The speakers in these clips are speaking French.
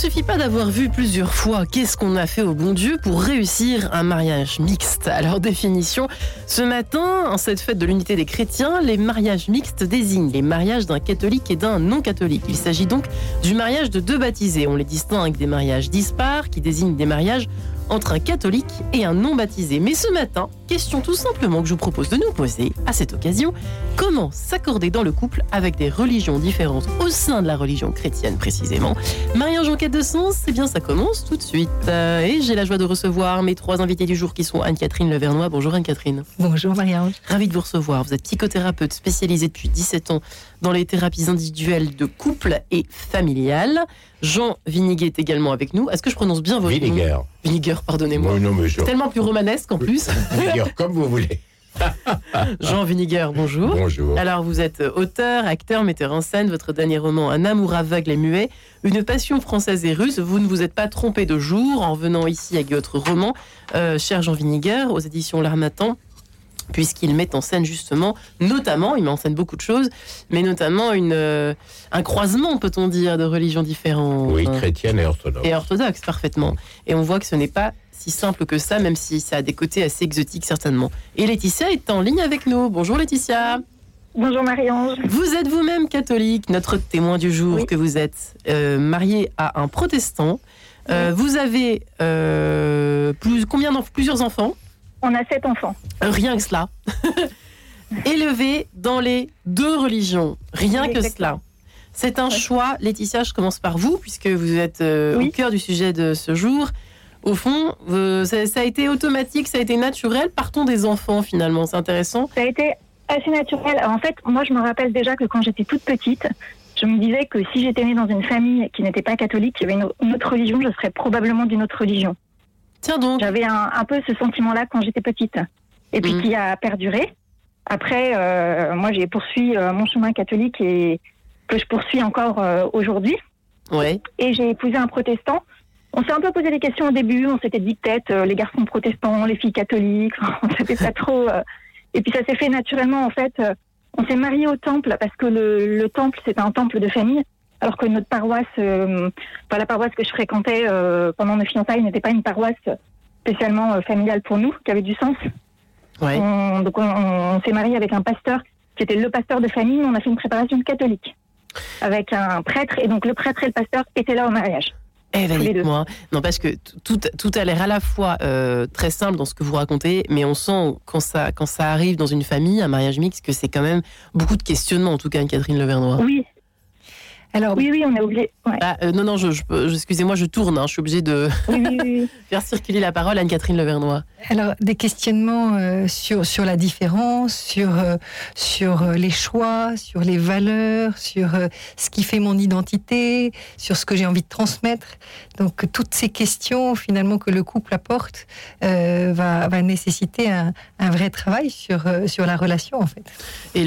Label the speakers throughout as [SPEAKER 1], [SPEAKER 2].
[SPEAKER 1] suffit pas d'avoir vu plusieurs fois qu'est-ce qu'on a fait au bon Dieu pour réussir un mariage mixte. Alors, définition, ce matin, en cette fête de l'unité des chrétiens, les mariages mixtes désignent les mariages d'un catholique et d'un non-catholique. Il s'agit donc du mariage de deux baptisés. On les distingue des mariages dispares, qui désignent des mariages entre un catholique et un non-baptisé. Mais ce matin, question tout simplement que je vous propose de nous poser à cette occasion, comment s'accorder dans le couple avec des religions différentes au sein de la religion chrétienne précisément. Mariage en quête de sens, eh bien ça commence tout de suite. Et j'ai la joie de recevoir mes trois invités du jour qui sont Anne-Catherine Levernois. Bonjour Anne-Catherine.
[SPEAKER 2] Bonjour Marie-Ange.
[SPEAKER 1] Ravie de vous recevoir. Vous êtes psychothérapeute spécialisée depuis 17 ans dans les thérapies individuelles de couple et familiales. Jean Viniguet est également avec nous. Est-ce que je prononce bien votre nom ? Viniguer, pardonnez-moi.
[SPEAKER 3] Oui, non, mais je...
[SPEAKER 1] Tellement plus romanesque en plus.
[SPEAKER 3] Viniguer, comme vous voulez.
[SPEAKER 1] Jean Viniguer, bonjour.
[SPEAKER 3] Bonjour.
[SPEAKER 1] Alors, vous êtes auteur, acteur, metteur en scène. Votre dernier roman, Un amour aveugle et muet, une passion française et russe. Vous ne vous êtes pas trompé de jour en venant ici avec votre roman, cher Jean Viniguer, aux éditions L'Harmattan, puisqu'il met en scène justement, notamment, il met en scène beaucoup de choses, mais notamment un croisement, peut-on dire, de religions différentes.
[SPEAKER 3] Oui, chrétienne et orthodoxe.
[SPEAKER 1] Et orthodoxe, parfaitement. Et on voit que ce n'est pas si simple que ça, même si ça a des côtés assez exotiques, certainement. Et Laetitia est en ligne avec nous. Bonjour Laetitia.
[SPEAKER 4] Bonjour Marie-Ange.
[SPEAKER 1] Vous êtes vous-même catholique, notre témoin du jour, oui. Que vous êtes mariée à un protestant. Oui. Vous avez plusieurs enfants.
[SPEAKER 4] On a 7 enfants.
[SPEAKER 1] Rien que cela. Élevés dans les deux religions. Rien oui, que cela. C'est un choix. Laetitia, je commence par vous, puisque vous êtes au cœur du sujet de ce jour. Au fond, ça a été automatique, ça a été naturel. Partons des enfants, finalement. C'est intéressant.
[SPEAKER 4] Ça a été assez naturel. En fait, moi, je me rappelle déjà que quand j'étais toute petite, je me disais que si j'étais née dans une famille qui n'était pas catholique, qui avait une autre religion, je serais probablement d'une autre religion.
[SPEAKER 1] Tiens donc.
[SPEAKER 4] J'avais un peu ce sentiment-là quand j'étais petite. Et puis qui a perduré. Après, moi, j'ai poursuivi mon chemin catholique et que je poursuis encore aujourd'hui.
[SPEAKER 1] Ouais.
[SPEAKER 4] Et j'ai épousé un protestant. On s'est un peu posé des questions au début. On s'était dit peut-être les garçons protestants, les filles catholiques. On ne savait pas trop. Et puis ça s'est fait naturellement, en fait. On s'est mariés au temple parce que le temple, c'est un temple de famille. Alors que notre paroisse, la paroisse que je fréquentais pendant mes fiançailles n'était pas une paroisse spécialement familiale pour nous, qui avait du sens.
[SPEAKER 1] Ouais.
[SPEAKER 4] Donc on s'est marié avec un pasteur qui était le pasteur de famille. On a fait une préparation catholique avec un prêtre. Et donc le prêtre et le pasteur étaient là au mariage.
[SPEAKER 1] Eh ben, dites-moi. Non, parce que tout a l'air à la fois très simple dans ce que vous racontez, mais on sent quand ça arrive dans une famille, un mariage mixte, que c'est quand même beaucoup de questionnements, en tout cas, Anne-Catherine Levernois.
[SPEAKER 4] Oui. Alors, oui, on a oublié. Ouais.
[SPEAKER 1] Non, excusez-moi, je tourne. Je suis obligée de
[SPEAKER 4] oui.
[SPEAKER 1] faire circuler la parole à Anne-Catherine Levernois.
[SPEAKER 2] Alors, des questionnements sur la différence, sur les choix, sur les valeurs, sur ce qui fait mon identité, sur ce que j'ai envie de transmettre. Donc, toutes ces questions, finalement, que le couple apporte, va nécessiter un vrai travail sur la relation, en fait.
[SPEAKER 1] Et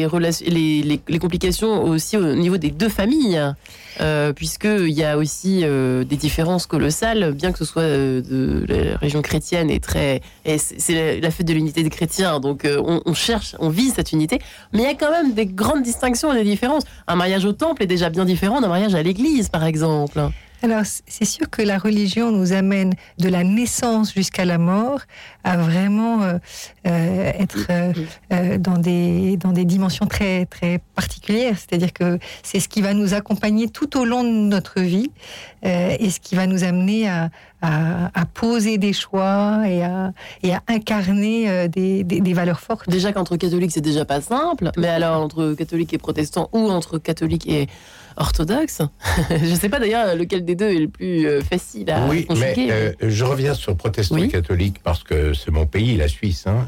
[SPEAKER 1] les complications aussi au niveau des deux familles. Puisqu'il y a aussi des différences colossales, bien que ce soit de la région chrétienne et c'est la fête de l'unité des chrétiens, donc on vise cette unité, mais il y a quand même des grandes distinctions et des différences. Un mariage au temple est déjà bien différent d'un mariage à l'église, par exemple.
[SPEAKER 2] Alors, c'est sûr que la religion nous amène de la naissance jusqu'à la mort à vraiment être dans des dimensions très, très particulières. C'est-à-dire que c'est ce qui va nous accompagner tout au long de notre vie et ce qui va nous amener à poser des choix et à incarner des valeurs fortes.
[SPEAKER 1] Déjà qu'entre catholiques, c'est déjà pas simple, mais alors entre catholiques et protestants ou entre catholiques et orthodoxe. Je ne sais pas d'ailleurs lequel des deux est le plus facile à conjuguer.
[SPEAKER 3] Mais je reviens sur protestant et catholique parce que c'est mon pays, la Suisse. En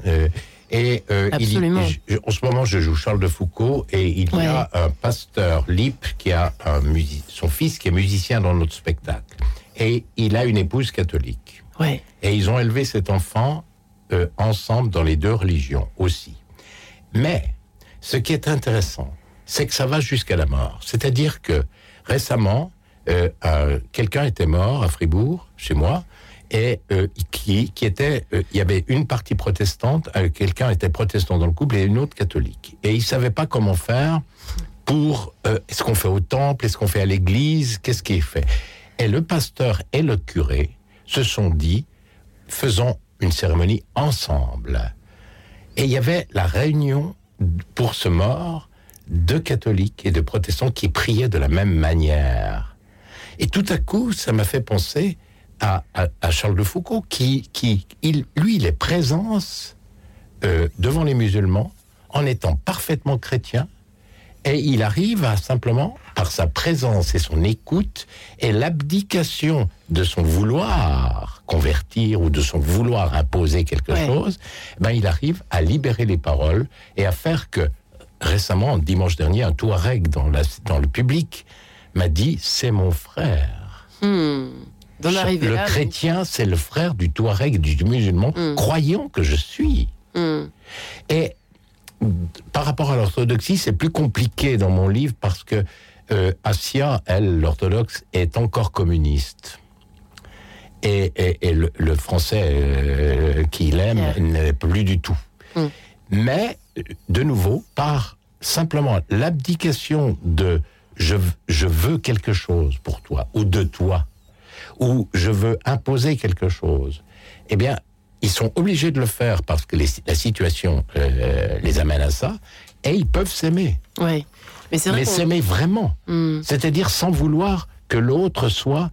[SPEAKER 3] ce moment, je joue Charles de Foucault et il y a un pasteur Lippe qui a son fils qui est musicien dans notre spectacle. Et il a une épouse catholique.
[SPEAKER 1] Ouais.
[SPEAKER 3] Et ils ont élevé cet enfant ensemble dans les deux religions aussi. Mais ce qui est intéressant, c'est que ça va jusqu'à la mort. C'est-à-dire que récemment, quelqu'un était mort à Fribourg, chez moi, et il y avait une partie protestante, quelqu'un était protestant dans le couple et une autre catholique. Et ils ne savaient pas comment faire pour... est-ce qu'on fait au temple, est-ce qu'on fait à l'église, qu'est-ce qui est fait ? Et le pasteur et le curé se sont dit, faisons une cérémonie ensemble. Et il y avait la réunion pour ce mort de catholiques et de protestants qui priaient de la même manière. Et tout à coup, ça m'a fait penser à Charles de Foucault, qui il est présence devant les musulmans en étant parfaitement chrétien, et il arrive à simplement, par sa présence et son écoute, et l'abdication de son vouloir convertir ou de son vouloir imposer quelque chose, il arrive à libérer les paroles et à faire que, récemment, dimanche dernier, un Touareg dans le public m'a dit « c'est mon frère ». Le chrétien, c'est le frère du Touareg, du musulman, croyant que je suis. Et par rapport à l'orthodoxie, c'est plus compliqué dans mon livre parce que Assia, elle, l'orthodoxe, est encore communiste. Et le français qu'il aime n'est plus du tout. Mais, de nouveau, par simplement l'abdication de je veux quelque chose pour toi, ou de toi, ou je veux imposer quelque chose, eh bien, ils sont obligés de le faire parce que la situation les amène à ça, et ils peuvent s'aimer.
[SPEAKER 1] Oui. Mais
[SPEAKER 3] s'aimer vraiment. C'est-à-dire sans vouloir que l'autre soit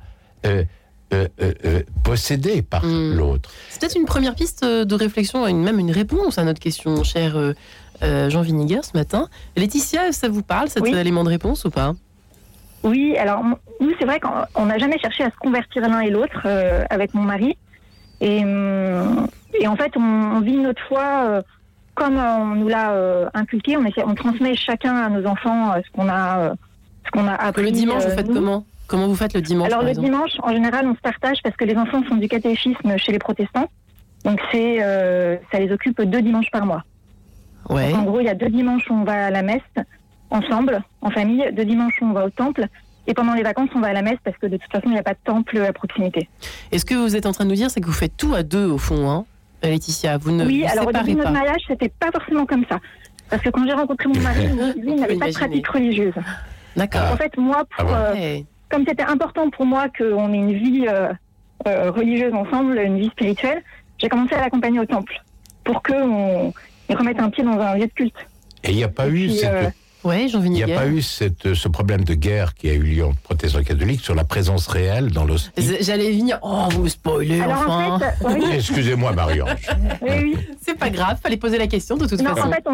[SPEAKER 3] possédé par l'autre.
[SPEAKER 1] C'est peut-être une première piste de réflexion, même une réponse à notre question, cher Jean Winiger, ce matin. Laetitia, ça vous parle, cet élément de réponse ou pas ?
[SPEAKER 4] Oui, alors nous, c'est vrai qu'on n'a jamais cherché à se convertir l'un et l'autre avec mon mari. Et en fait, on vit notre foi comme on nous l'a inculqué. On transmet chacun à nos enfants ce qu'on a appris.
[SPEAKER 1] Le dimanche, vous faites comment ? Comment vous faites le dimanche ?
[SPEAKER 4] Alors
[SPEAKER 1] par
[SPEAKER 4] le
[SPEAKER 1] exemple
[SPEAKER 4] dimanche, en général, on se partage parce que les enfants font du catéchisme chez les protestants. Donc ça les occupe 2 dimanches par mois.
[SPEAKER 1] Ouais.
[SPEAKER 4] Donc, en gros, il y a 2 dimanches où on va à la messe ensemble, en famille. 2 dimanches où on va au temple. Et pendant les vacances, on va à la messe parce que de toute façon, il n'y a pas de temple à proximité.
[SPEAKER 1] Et ce que vous êtes en train de nous dire, c'est que vous faites tout à 2 au fond, hein, Laetitia. Vous ne
[SPEAKER 4] oui,
[SPEAKER 1] vous
[SPEAKER 4] alors au
[SPEAKER 1] séparez
[SPEAKER 4] début de
[SPEAKER 1] pas.
[SPEAKER 4] notre mariage, c'était pas forcément comme ça. Parce que quand j'ai rencontré mon mari, lui, il n'avait pas de pratique religieuse.
[SPEAKER 1] D'accord.
[SPEAKER 4] En fait, moi, comme c'était important pour moi qu'on ait une vie religieuse ensemble, une vie spirituelle, j'ai commencé à l'accompagner au temple pour qu'on remette un pied dans un lieu de culte.
[SPEAKER 3] Et il n'y a pas eu
[SPEAKER 1] Jean Winiger.
[SPEAKER 3] Il n'y a pas eu ce problème de guerre qui a eu lieu entre protestants et catholiques sur la présence réelle dans l'hostie.
[SPEAKER 1] J'allais venir. Oh, vous spoilez,
[SPEAKER 4] alors,
[SPEAKER 1] enfin.
[SPEAKER 4] En fait,
[SPEAKER 3] Excusez-moi, Marie-Ange.
[SPEAKER 4] Oui.
[SPEAKER 1] C'est pas grave, fallait poser la question de toute façon.
[SPEAKER 4] En fait,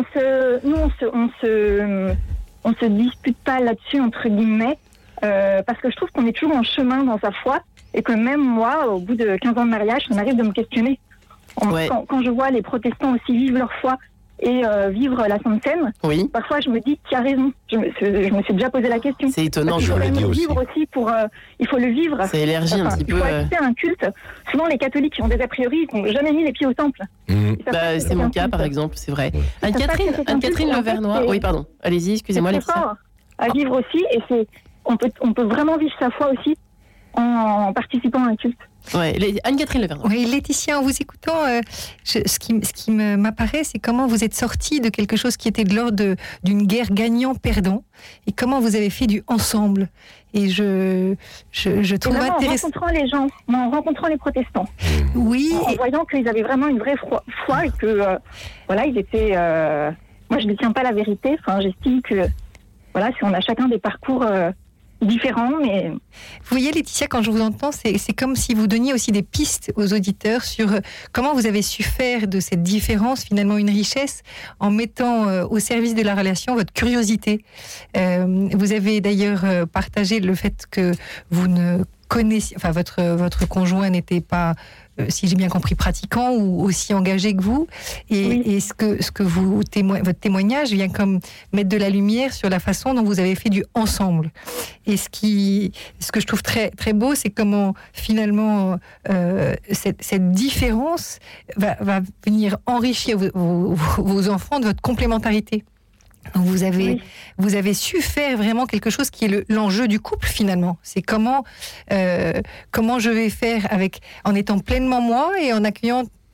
[SPEAKER 4] on se dispute pas là-dessus, entre guillemets, parce que je trouve qu'on est toujours en chemin dans sa foi, et que même moi, au bout de 15 ans de mariage, ça m'arrive de me questionner. Quand je vois les protestants aussi vivre leur foi et vivre la Sainte Seine, parfois je me dis qui a raison. Je me suis déjà posé la question.
[SPEAKER 1] C'est étonnant,
[SPEAKER 3] je l'ai dit aussi.
[SPEAKER 4] Il faut le vivre.
[SPEAKER 1] Ça élargit un petit peu.
[SPEAKER 4] Il faut assister à un culte. Souvent les catholiques qui ont des a priori, ils n'ont jamais mis les pieds au temple.
[SPEAKER 1] C'est mon cas par exemple, c'est vrai. Anne-Catherine Levernois. Oui, pardon. Allez-y, excusez-moi.
[SPEAKER 4] C'est fort à vivre aussi, et on peut vraiment vivre sa foi aussi en participant à un culte.
[SPEAKER 1] Ouais, Anne-Catherine Levernois.
[SPEAKER 2] Oui, Laetitia, en vous écoutant, ce qui m'apparaît, c'est comment vous êtes sortie de quelque chose qui était de l'ordre d'une guerre gagnant-perdant, et comment vous avez fait du ensemble. Et je trouve intéressant.
[SPEAKER 4] En rencontrant les gens, en rencontrant les protestants.
[SPEAKER 2] Oui.
[SPEAKER 4] En voyant qu'ils avaient vraiment une vraie foi et que, ils étaient. Moi, je ne détiens pas la vérité. Enfin, j'estime que, si on a chacun des parcours différents, mais...
[SPEAKER 2] Vous voyez, Laetitia, quand je vous entends, c'est comme si vous donniez aussi des pistes aux auditeurs sur comment vous avez su faire de cette différence finalement une richesse en mettant au service de la relation votre curiosité. Vous avez d'ailleurs partagé le fait que vous ne connaissiez... Enfin, votre conjoint n'était pas... si j'ai bien compris, pratiquant ou aussi engagé que vous, et ce que votre témoignage vient comme mettre de la lumière sur la façon dont vous avez fait du ensemble. Et ce que je trouve très très beau, c'est comment finalement cette différence va venir enrichir vos enfants de votre complémentarité. Donc vous avez su faire vraiment quelque chose qui est l'enjeu du couple finalement. C'est comment je vais faire en étant pleinement moi et en accueillant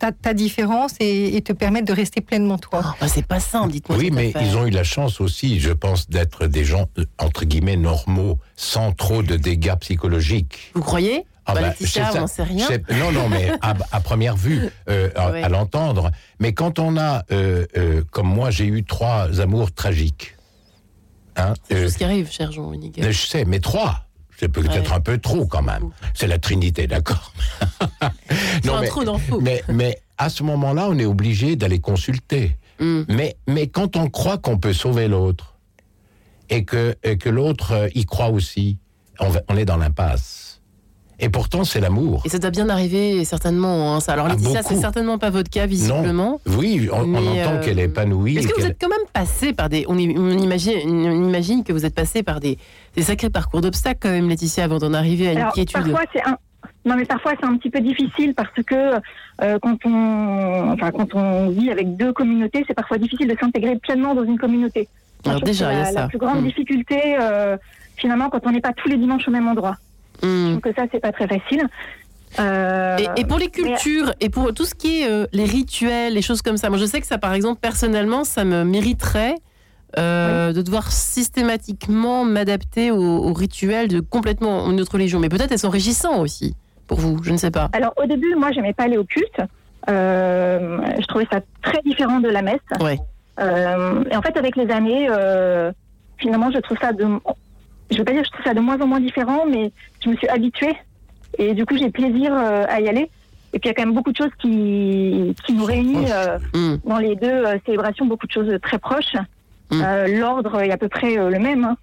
[SPEAKER 2] ta différence et te permettre de rester pleinement toi.
[SPEAKER 1] Oh, bah, c'est pas simple, dites-moi.
[SPEAKER 3] Oui,
[SPEAKER 1] cette
[SPEAKER 3] mais
[SPEAKER 1] affaire.
[SPEAKER 3] ils ont eu la chance aussi, je pense, d'être des gens, entre guillemets, normaux, sans trop de dégâts psychologiques.
[SPEAKER 1] Vous croyez?
[SPEAKER 3] Ah bah,
[SPEAKER 1] Laetitia,
[SPEAKER 3] c'est ça.
[SPEAKER 1] on n'en sait rien.
[SPEAKER 3] Non, mais à première vue, à l'entendre. Mais quand on a, comme moi, j'ai eu 3 amours tragiques. Hein,
[SPEAKER 1] C'est ce qui arrive, cher Jean Winiger.
[SPEAKER 3] je sais, mais 3. C'est peut-être un peu trop quand même. C'est la Trinité, d'accord.
[SPEAKER 1] C'est un trou dans le fou.
[SPEAKER 3] Mais à ce moment-là, on est obligé d'aller consulter. Mais quand on croit qu'on peut sauver l'autre et que l'autre y croit aussi, on est dans l'impasse. Et pourtant, c'est l'amour.
[SPEAKER 1] Et ça doit bien arriver, certainement. Hein, ça. Alors, Laetitia, c'est certainement pas votre cas, visiblement.
[SPEAKER 3] Non. Oui, on entend qu'elle est épanouie.
[SPEAKER 1] Est-ce que vous êtes quand même passé par des... On imagine que vous êtes passé par des sacrés parcours d'obstacles, quand même, Laetitia, avant d'en arriver à une quiétude.
[SPEAKER 4] Parfois, c'est un petit peu difficile parce que quand on vit avec 2 communautés, c'est parfois difficile de s'intégrer pleinement dans une communauté.
[SPEAKER 1] Alors déjà, il y a ça.
[SPEAKER 4] La plus grande difficulté, finalement, quand on n'est pas tous les dimanches au même endroit. Je trouve que ça, c'est pas très facile.
[SPEAKER 1] Et pour les cultures, et pour tout ce qui est les rituels, les choses comme ça, moi je sais que ça, par exemple, personnellement, ça me mériterait de devoir systématiquement m'adapter aux rituels de complètement une autre religion. Mais peut-être elles sont enrichissants aussi, pour vous, je ne sais pas.
[SPEAKER 4] Alors au début, moi, j'aimais pas aller au culte. Je trouvais ça très différent de la messe.
[SPEAKER 1] Ouais.
[SPEAKER 4] Et en fait, avec les années, finalement, je trouve ça je veux pas dire que je trouve ça de moins en moins différent, mais je me suis habituée. Et du coup, j'ai plaisir à y aller. Et puis, il y a quand même beaucoup de choses qui nous réunissent dans les 2 célébrations, beaucoup de choses très proches. L'ordre est à peu près le même.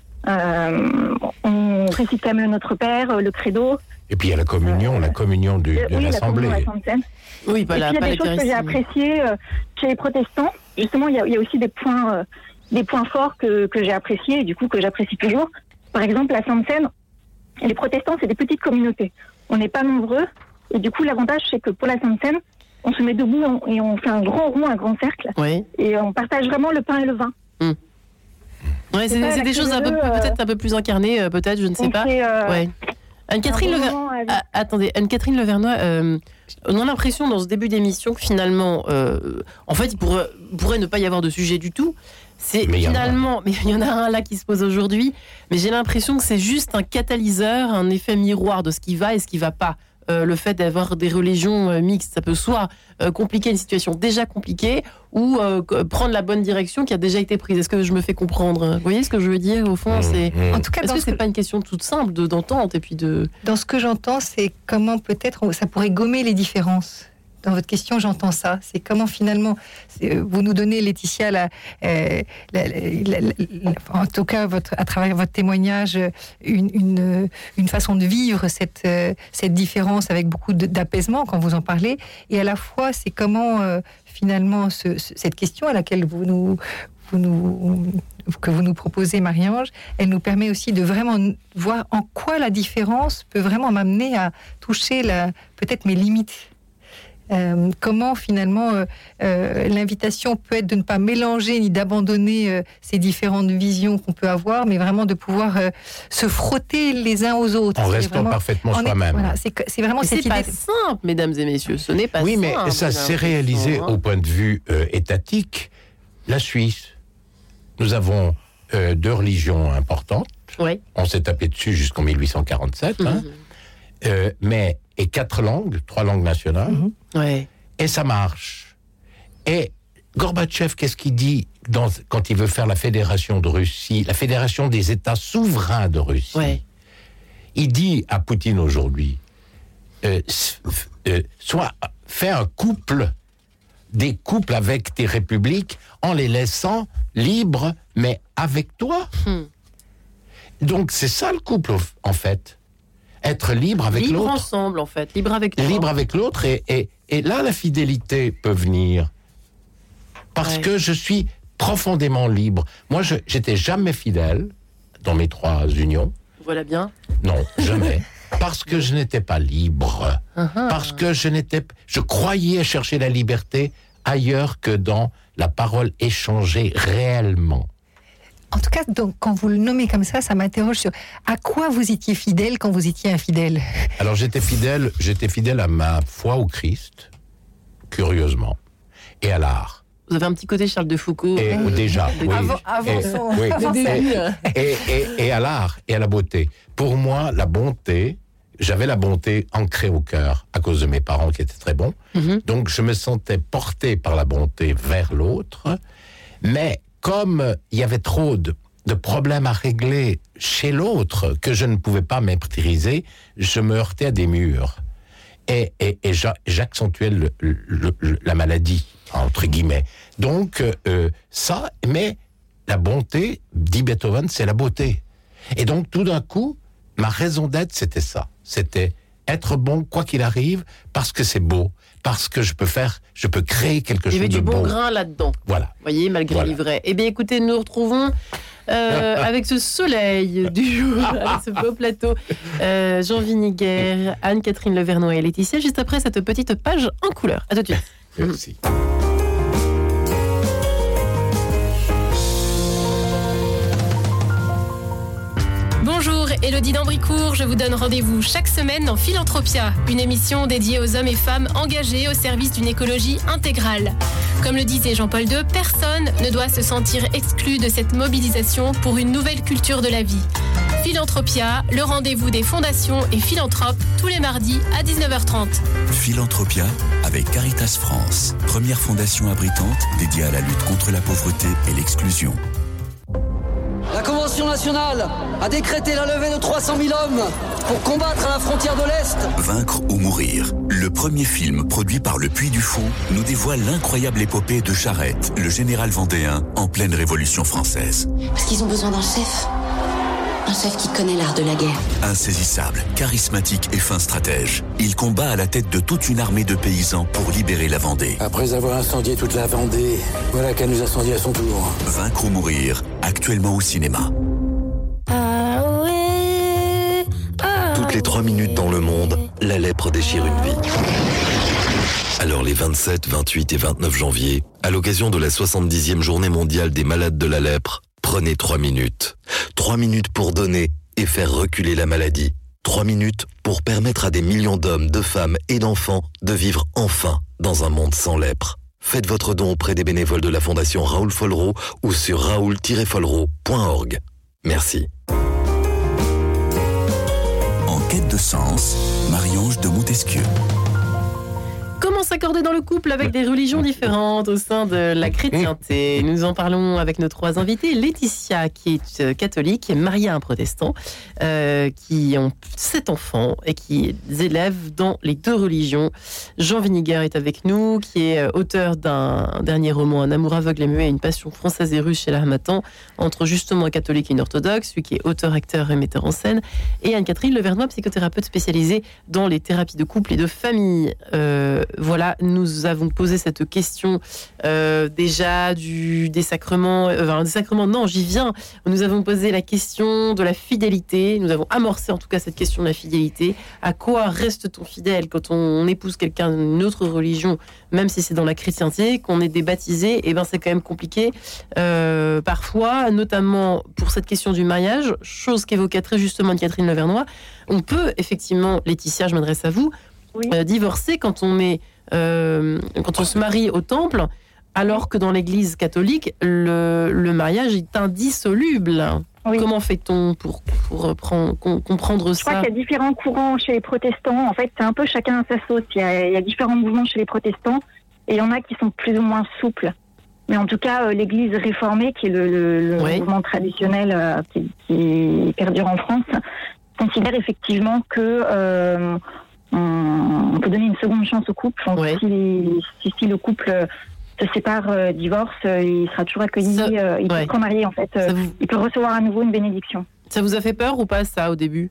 [SPEAKER 4] On récite quand même le Notre Père, le Credo.
[SPEAKER 3] Et puis, il y a la communion, de l'Assemblée.
[SPEAKER 4] La Sainte Seine.
[SPEAKER 1] Oui, pas la
[SPEAKER 4] Et puis, il y a des choses que j'ai appréciées chez les protestants. Justement, il y a aussi des points forts que j'ai appréciés et du coup que j'apprécie toujours. Par exemple, la Sainte Seine, les protestants, c'est des petites communautés. On n'est pas nombreux. Et du coup, l'avantage, c'est que pour la Sainte Seine, on se met debout et on fait un grand rond, un grand cercle.
[SPEAKER 1] Oui.
[SPEAKER 4] Et on partage vraiment le pain et le vin.
[SPEAKER 1] Ouais, c'est des choses peut-être un peu plus incarnées, peut-être, je ne sais pas. Ouais. Anne-Catherine Anne-Catherine Levernois, on a l'impression dans ce début d'émission que finalement, en fait, il pourrait ne pas y avoir de sujet du tout. Mais il y en a un là qui se pose aujourd'hui. Mais j'ai l'impression que c'est juste un catalyseur, un effet miroir de ce qui va et ce qui va pas. Le fait d'avoir des religions mixtes, ça peut soit compliquer une situation déjà compliquée ou prendre la bonne direction qui a déjà été prise. Est-ce que je me fais comprendre? Vous voyez ce que je veux dire au fond?
[SPEAKER 2] En tout cas,
[SPEAKER 1] est-ce que c'est pas une question toute simple d'entente et puis de... Dans
[SPEAKER 2] ce que j'entends, c'est comment peut-être ça pourrait gommer les différences. Dans votre question, j'entends ça. C'est comment finalement, vous nous donnez, Laetitia, en tout cas, à travers votre témoignage, une façon de vivre cette différence avec beaucoup d'apaisement quand vous en parlez. Et à la fois, c'est comment finalement cette question à laquelle que vous nous proposez, Marie-Ange, elle nous permet aussi de vraiment voir en quoi la différence peut vraiment m'amener à toucher peut-être mes limites. Comment finalement l'invitation peut être de ne pas mélanger ni d'abandonner ces différentes visions qu'on peut avoir, mais vraiment de pouvoir se frotter les uns aux autres.
[SPEAKER 3] En restant parfaitement soi-même.
[SPEAKER 2] Voilà, c'est vraiment cette idée.
[SPEAKER 1] C'est pas simple, mesdames et messieurs, ce n'est pas simple.
[SPEAKER 3] Oui, mais ça s'est réalisé au point de vue étatique. La Suisse, nous avons 2 religions importantes.
[SPEAKER 1] Oui.
[SPEAKER 3] On s'est tapé dessus jusqu'en 1847. Et 4 langues, 3 langues nationales.
[SPEAKER 1] Ouais.
[SPEAKER 3] Et ça marche. Et Gorbatchev, qu'est-ce qu'il dit quand il veut faire la fédération de Russie, la fédération des États souverains de Russie? Il dit à Poutine aujourd'hui, fais des couples avec tes républiques en les laissant libres, mais avec toi. Donc c'est ça le couple, en fait. Être libre avec l'autre.
[SPEAKER 1] Libre ensemble, en fait. Libre avec l'autre.
[SPEAKER 3] Libre avec l'autre. Et là, la fidélité peut venir. Parce que je suis profondément libre. Moi, j'étais jamais fidèle dans mes 3 unions.
[SPEAKER 1] Voilà bien.
[SPEAKER 3] Non, jamais. Parce que je n'étais pas libre. Parce que je croyais chercher la liberté ailleurs que dans la parole échangée réellement.
[SPEAKER 2] En tout cas, donc, quand vous le nommez comme ça m'interroge sur à quoi vous étiez fidèle quand vous étiez infidèle.
[SPEAKER 3] Alors j'étais fidèle à ma foi au Christ, curieusement, et à l'art.
[SPEAKER 1] Vous avez un petit côté Charles de Foucault.
[SPEAKER 3] Déjà, oui.
[SPEAKER 2] Avant son...
[SPEAKER 3] Oui.
[SPEAKER 2] avant sa-
[SPEAKER 3] Et à l'art et à la beauté. Pour moi, la bonté, j'avais la bonté ancrée au cœur à cause de mes parents qui étaient très bons. Donc je me sentais porté par la bonté vers l'autre. Mais comme il y avait trop de problèmes à régler chez l'autre que je ne pouvais pas maîtriser, je me heurtais à des murs. Et j'accentuais la maladie, entre guillemets. Donc, ça, mais la bonté, dit Beethoven, c'est la beauté. Et donc, tout d'un coup, ma raison d'être, c'était ça. C'était être bon, quoi qu'il arrive, parce que c'est beau, parce que je peux créer quelque chose de beau.
[SPEAKER 1] Il y avait du bon grain là-dedans.
[SPEAKER 3] Voilà.
[SPEAKER 1] Vous voyez, malgré l'ivraie. Eh bien, écoutez, nous nous retrouvons avec ce soleil du jour, avec ce beau plateau. Jean Viniguer, Anne-Catherine Levernois et Laetitia, juste après cette petite page en couleur. À tout de suite.
[SPEAKER 3] Merci.
[SPEAKER 5] Bonjour, Élodie d'Ambricourt, je vous donne rendez-vous chaque semaine dans Philanthropia, une émission dédiée aux hommes et femmes engagés au service d'une écologie intégrale. Comme le disait Jean-Paul II, personne ne doit se sentir exclu de cette mobilisation pour une nouvelle culture de la vie. Philanthropia, le rendez-vous des fondations et philanthropes, tous les mardis à 19h30.
[SPEAKER 6] Philanthropia avec Caritas France, première fondation abritante dédiée à la lutte contre la pauvreté et l'exclusion.
[SPEAKER 7] La Convention nationale a décrété la levée de 300 000 hommes pour combattre à la frontière de l'Est.
[SPEAKER 6] Vaincre ou mourir. Le premier film produit par le Puy du Fou nous dévoile l'incroyable épopée de Charette, le général vendéen en pleine Révolution française.
[SPEAKER 8] Parce qu'ils ont besoin d'un chef. Un chef qui connaît l'art de la guerre.
[SPEAKER 6] Insaisissable, charismatique et fin stratège, il combat à la tête de toute une armée de paysans pour libérer la Vendée.
[SPEAKER 9] Après avoir incendié toute la Vendée, voilà qu'elle nous incendie à son tour.
[SPEAKER 6] Vaincre ou mourir, actuellement au cinéma.
[SPEAKER 10] Toutes les 3 minutes dans le monde, la lèpre déchire une vie. Alors les 27, 28 et 29 janvier, à l'occasion de la 70e journée mondiale des malades de la lèpre, prenez 3 minutes. 3 minutes pour donner et faire reculer la maladie. 3 minutes pour permettre à des millions d'hommes, de femmes et d'enfants de vivre enfin dans un monde sans lèpre. Faites votre don auprès des bénévoles de la Fondation Raoul Follereau ou sur raoul-follereau.org. Merci.
[SPEAKER 6] En quête de sens, Marie-Ange de Montesquieu.
[SPEAKER 1] Comment s'accorder dans le couple avec des religions différentes au sein de la chrétienté? Nous en parlons avec nos 3 invités. Laetitia, qui est catholique, est mariée à un protestant, qui ont 7 enfants et qui élèvent dans les 2 religions. Jean Viniguer est avec nous, qui est auteur d'un dernier roman, Un amour aveugle et muet, une passion française et russe chez l'Harmattan, entre justement un catholique et une orthodoxe, lui qui est auteur, acteur et metteur en scène. Et Anne-Catherine Levernois, psychothérapeute spécialisée dans les thérapies de couple et de famille. Voilà, nous avons posé cette question déjà des sacrements. Des sacrements, non, j'y viens. Nous avons posé la question de la fidélité. Nous avons amorcé en tout cas cette question de la fidélité. À quoi reste-t-on fidèle quand on épouse quelqu'un d'une autre religion, même si c'est dans la chrétienté, qu'on est débaptisé? Eh ben, c'est quand même compliqué. Parfois, notamment pour cette question du mariage, chose qu'évoquait très justement Anne-Catherine Levernois, on peut effectivement, Laetitia, je m'adresse à vous, divorcer quand on se marie au temple, alors que dans l'Église catholique, le mariage est indissoluble. Oui. Comment fait-on pour comprendre ça?
[SPEAKER 4] Je crois qu'il y a différents courants chez les protestants. En fait, c'est un peu chacun à sa sauce. Il y a différents mouvements chez les protestants et il y en a qui sont plus ou moins souples. Mais en tout cas, l'Église réformée, qui est le mouvement traditionnel qui perdure en France, considère effectivement que on peut donner une seconde chance au couple. Si le couple se sépare, divorce, il sera toujours accueilli, il peut se remarier en fait. Il peut recevoir à nouveau une bénédiction.
[SPEAKER 1] Ça vous a fait peur ou pas ça au début?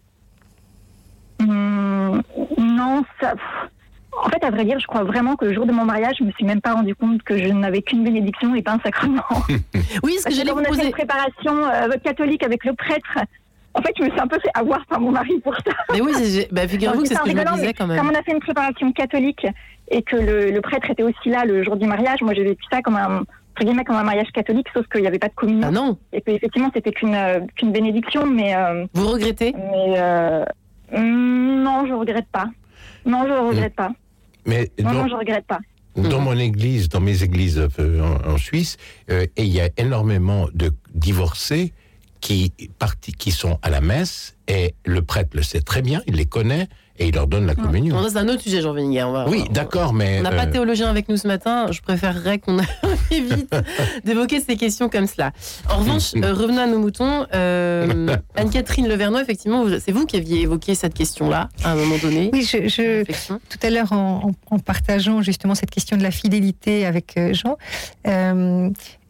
[SPEAKER 4] Non, ça... En fait, à vrai dire, je crois vraiment que le jour de mon mariage, je me suis même pas rendu compte que je n'avais qu'une bénédiction et pas un sacrement.
[SPEAKER 1] Oui, ce que j'allais vous poser.
[SPEAKER 4] On a fait une préparation catholique avec le prêtre. En fait, je me suis un peu fait avoir par mon mari pour ça.
[SPEAKER 1] Mais oui, figurez-vous que c'est ce que je me disais quand même.
[SPEAKER 4] Comme on a fait une préparation catholique et que le prêtre était aussi là le jour du mariage, moi j'ai vécu ça comme un mariage catholique, sauf qu'il n'y avait pas de communion.
[SPEAKER 1] Ah non.
[SPEAKER 4] Et que effectivement c'était qu'une bénédiction, mais.
[SPEAKER 1] Vous regrettez?
[SPEAKER 4] Non, je regrette pas. Non, je regrette pas.
[SPEAKER 3] Mais
[SPEAKER 4] non, je regrette pas.
[SPEAKER 3] Dans mon église, dans mes églises en Suisse, et il y a énormément de divorcés qui sont à la messe, et le prêtre le sait très bien, il les connaît, et il leur donne la communion.
[SPEAKER 1] C'est un autre sujet, Jean Weniger.
[SPEAKER 3] Oui, d'accord, mais...
[SPEAKER 1] On n'a pas de théologien avec nous ce matin. Je préférerais qu'on évite d'évoquer ces questions comme cela. En revanche, revenons à nos moutons. Anne-Catherine Levernois, effectivement, c'est vous qui aviez évoqué cette question-là, à un moment donné.
[SPEAKER 2] Oui, tout à l'heure, en partageant justement cette question de la fidélité avec Jean, ce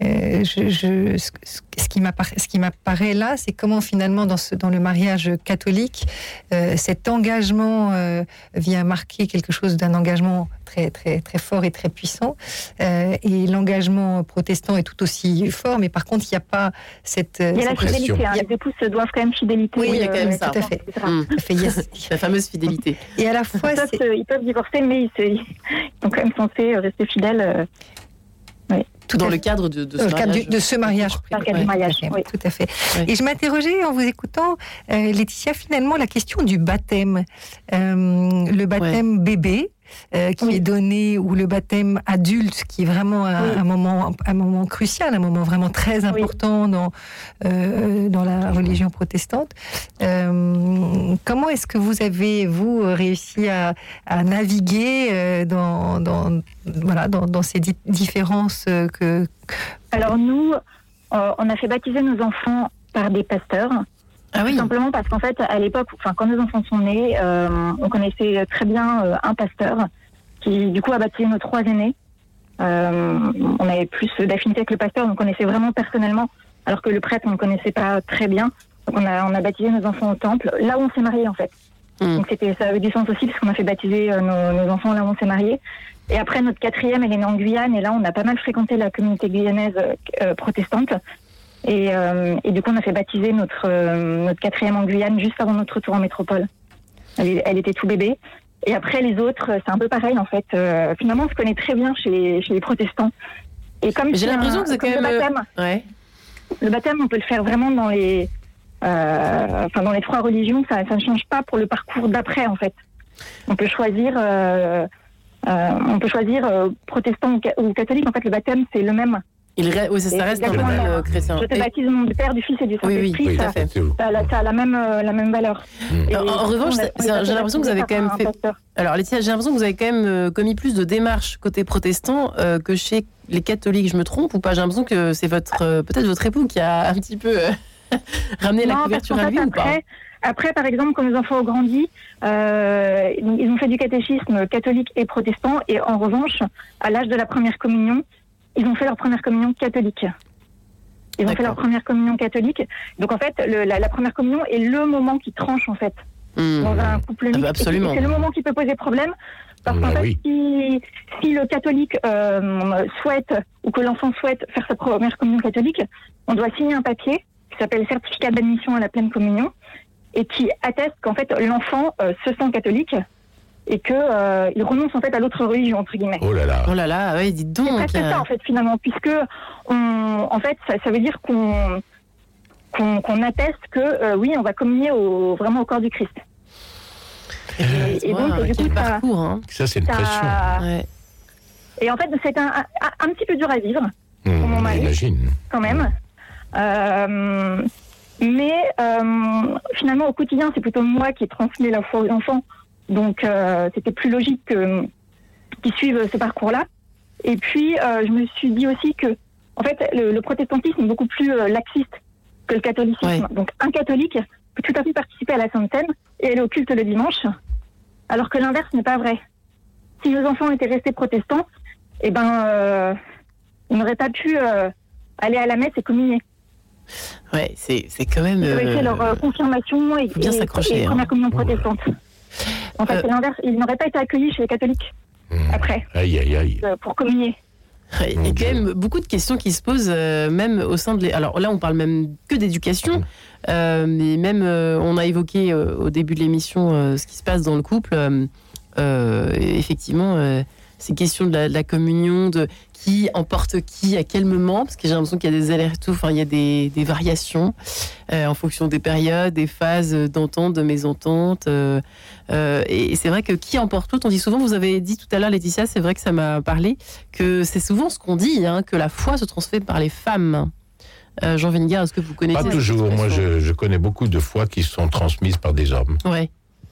[SPEAKER 2] qui m'apparaît là, c'est comment finalement, dans le mariage catholique, cet engagement vient marquer quelque chose d'un engagement très, très, très fort et très puissant. Et l'engagement protestant est tout aussi fort, mais par contre, il n'y a pas cette...
[SPEAKER 4] Il y a la fidélité, les époux se doivent quand même fidélité.
[SPEAKER 1] Oui, il y a quand même ça.
[SPEAKER 2] Tout à fait.
[SPEAKER 1] La fameuse fidélité.
[SPEAKER 2] Et à la fois...
[SPEAKER 4] Ils peuvent divorcer, mais ils sont quand même censés rester fidèles.
[SPEAKER 1] Tout dans le cadre de
[SPEAKER 2] ce mariage. Oui, tout à fait. Oui. Et je m'interrogeais en vous écoutant, Laetitia, finalement, la question du baptême. Le baptême bébé, qui est donné, ou le baptême adulte, qui est vraiment un moment crucial, un moment vraiment très important dans la religion protestante. Comment est-ce que vous avez, réussi à naviguer dans ces différences que...
[SPEAKER 4] Alors nous, on a fait baptiser nos enfants par des pasteurs.
[SPEAKER 1] Ah oui.
[SPEAKER 4] Simplement parce qu'en fait, à l'époque, quand nos enfants sont nés, on connaissait très bien un pasteur qui, du coup, a baptisé nos 3 aînés. On avait plus d'affinité avec le pasteur, on le connaissait vraiment personnellement, alors que le prêtre, on ne le connaissait pas très bien. Donc on a baptisé nos enfants au temple, là où on s'est mariés, en fait. Donc ça avait du sens aussi, parce qu'on a fait baptiser nos enfants là où on s'est mariés. Et après, notre 4e, elle est née en Guyane, et là, on a pas mal fréquenté la communauté guyanaise protestante. Et du coup, on a fait baptiser notre 4e en Guyane juste avant notre retour en métropole. Elle était tout bébé. Et après, les autres, c'est un peu pareil, en fait. Finalement, on se connaît très bien chez les protestants. Et comme
[SPEAKER 1] j'ai l'impression que c'est quand même...
[SPEAKER 4] Le baptême, on peut le faire vraiment dans les 3 religions. Ça ne change pas pour le parcours d'après, en fait. On peut choisir... protestant ou catholique. En fait, le baptême, c'est le même.
[SPEAKER 1] Ça reste un baptême chrétien.
[SPEAKER 4] Je te baptise au nom du Père, du Fils et du Saint-Esprit.
[SPEAKER 1] Oui,
[SPEAKER 4] ça a la même valeur.
[SPEAKER 1] En revanche, j'ai l'impression que vous avez quand même fait... Alors, Laetitia, j'ai l'impression que vous avez quand même commis plus de démarches côté protestant que chez les catholiques. Je me trompe ou pas? J'ai l'impression que c'est peut-être votre époux qui a un petit peu ramené la couverture à lui ou pas?
[SPEAKER 4] Après, par exemple, quand nos enfants ont grandi, ils ont fait du catéchisme catholique et protestant. Et en revanche, à l'âge de la première communion, ils ont fait leur première communion catholique. Donc, en fait, la première communion est le moment qui tranche, en fait, dans un couple mixte.
[SPEAKER 1] Absolument.
[SPEAKER 4] C'est le moment qui peut poser problème. Parce qu'en fait, si le catholique souhaite, ou que l'enfant souhaite faire sa première communion catholique, on doit signer un papier qui s'appelle certificat d'admission à la pleine communion, et qui atteste qu'en fait l'enfant se sent catholique et que il renonce en fait à l'autre religion, entre guillemets.
[SPEAKER 3] Oh là
[SPEAKER 1] là, ouais, dites donc.
[SPEAKER 4] C'est presque ça en fait finalement, puisque en fait ça veut dire qu'on atteste que oui, on va communier vraiment au corps du Christ. Et donc du coup
[SPEAKER 3] ça c'est une pression.
[SPEAKER 4] Ouais. Et en fait c'est un petit peu dur à vivre pour mon mari,
[SPEAKER 3] j'imagine.
[SPEAKER 4] Quand même. Mais finalement, au quotidien, c'est plutôt moi qui ai transmis la foi aux enfants. Donc, c'était plus logique qu'ils suivent ce parcours-là. Et puis, je me suis dit aussi que, en fait, le protestantisme est beaucoup plus laxiste que le catholicisme. Ouais. Donc, un catholique peut tout à fait participer à la Sainte Seine et aller au culte le dimanche, alors que l'inverse n'est pas vrai. Si nos enfants étaient restés protestants, ils n'auraient pas pu aller à la messe et communier.
[SPEAKER 1] Ouais, c'est quand même...
[SPEAKER 4] Ils auraient fait leur confirmation et première communion protestante. En fait, c'est l'inverse. Ils n'auraient pas été accueillis chez les catholiques après. Pour communier.
[SPEAKER 1] Il y a quand même beaucoup de questions qui se posent, même au sein de... Alors là, on parle même que d'éducation, mais même, on a évoqué au début de l'émission ce qui se passe dans le couple. Effectivement, ces questions de la communion, de qui emporte qui, à quel moment, parce que j'ai l'impression qu'il y a des allers-retours, il y a des variations en fonction des périodes, des phases d'entente, de mésentente. Et c'est vrai que qui emporte tout, on dit souvent, vous avez dit tout à l'heure, Laetitia, c'est vrai que ça m'a parlé, que c'est souvent ce qu'on dit, que la foi se transmet par les femmes. Jean Weniger, est-ce que vous connaissez?
[SPEAKER 3] Pas toujours. Moi, je connais beaucoup de foi qui sont transmises par des hommes.
[SPEAKER 1] Ouais.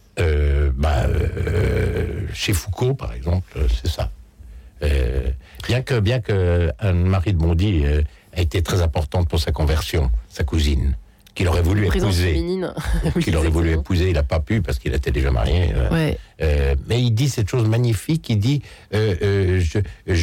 [SPEAKER 3] Chez Foucault, par exemple, c'est ça. Bien que Anne-Marie de Bondy a été très importante pour sa conversion, sa cousine, qu'il aurait voulu épouser. Qu'il aurait voulu épouser, il n'a pas pu parce qu'il était déjà marié.
[SPEAKER 1] Ouais.
[SPEAKER 3] Mais il dit cette chose magnifique, il dit je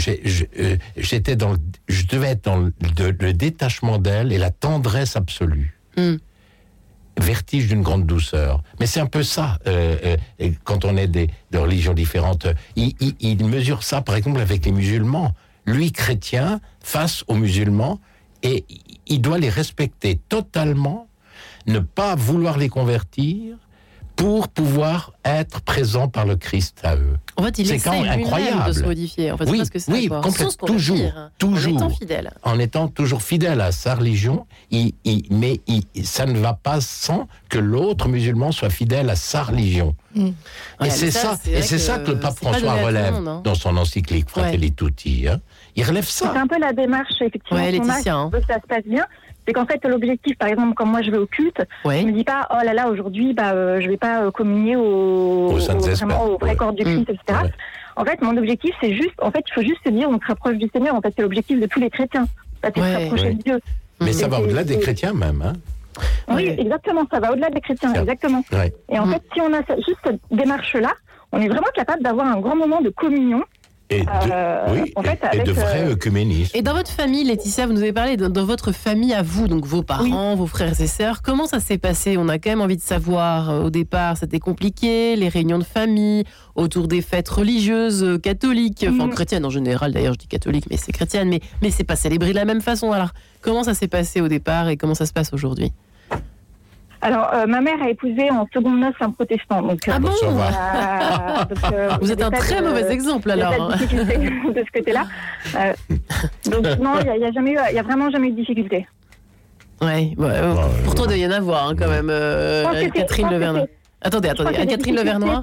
[SPEAKER 3] devais être dans le détachement d'elle et la tendresse absolue. Vertige d'une grande douceur. Mais c'est un peu ça, quand on est de religions différentes. Il mesure ça, par exemple, avec les musulmans. Lui, chrétien, face aux musulmans, et il doit les respecter totalement, ne pas vouloir les convertir, pour pouvoir être présent par le Christ à eux.
[SPEAKER 1] En fait, il essaie incroyable de se modifier. En fait,
[SPEAKER 3] oui,
[SPEAKER 1] c'est que ça,
[SPEAKER 3] oui, complètement, toujours,
[SPEAKER 1] en étant fidèle.
[SPEAKER 3] En étant toujours fidèle à sa religion, mais ça ne va pas sans que l'autre musulman soit fidèle à sa religion. Et c'est ça que le pape François relève dans son encyclique Fratelli Tutti. Il relève ça.
[SPEAKER 4] C'est un peu la démarche, effectivement.
[SPEAKER 1] Laetitia,
[SPEAKER 4] que ça se passe bien. C'est qu'en fait, l'objectif, par exemple, comme moi je vais au culte, je me dis pas, oh là là, aujourd'hui, je vais pas communier au vrai corps du Christ, etc. Ouais. En fait, mon objectif, c'est juste, il faut juste se dire, on se rapproche du Seigneur. En fait, c'est l'objectif de tous les chrétiens. C'est de se rapprocher de Dieu.
[SPEAKER 3] Mais ça va au-delà des chrétiens même, hein.
[SPEAKER 4] Oui, exactement, ça va au-delà des chrétiens, exactement.
[SPEAKER 3] Ouais.
[SPEAKER 4] Et en fait, si on a juste cette démarche-là, on est vraiment capable d'avoir un grand moment de communion.
[SPEAKER 3] Et de vrai œcuménisme.
[SPEAKER 1] Et dans votre famille, Laetitia, vous nous avez parlé dans votre famille à vous, donc vos parents, vos frères et sœurs. Comment ça s'est passé? On a quand même envie de savoir. Au départ, c'était compliqué, les réunions de famille, autour des fêtes religieuses, catholiques, enfin chrétiennes en général. D'ailleurs, je dis catholique, mais c'est chrétienne, mais c'est pas célébré de la même façon. Alors, comment ça s'est passé au départ et comment ça se passe aujourd'hui?
[SPEAKER 4] Alors, ma mère a épousé en seconde noces un protestant. Donc,
[SPEAKER 1] bon, vous êtes un très mauvais exemple, alors.
[SPEAKER 4] De ce côté-là. Donc, non, il y a vraiment jamais eu de difficulté.
[SPEAKER 1] Ouais, pour toi, il doit y en avoir, quand même, Catherine Levernois. Attendez, Catherine Levernois,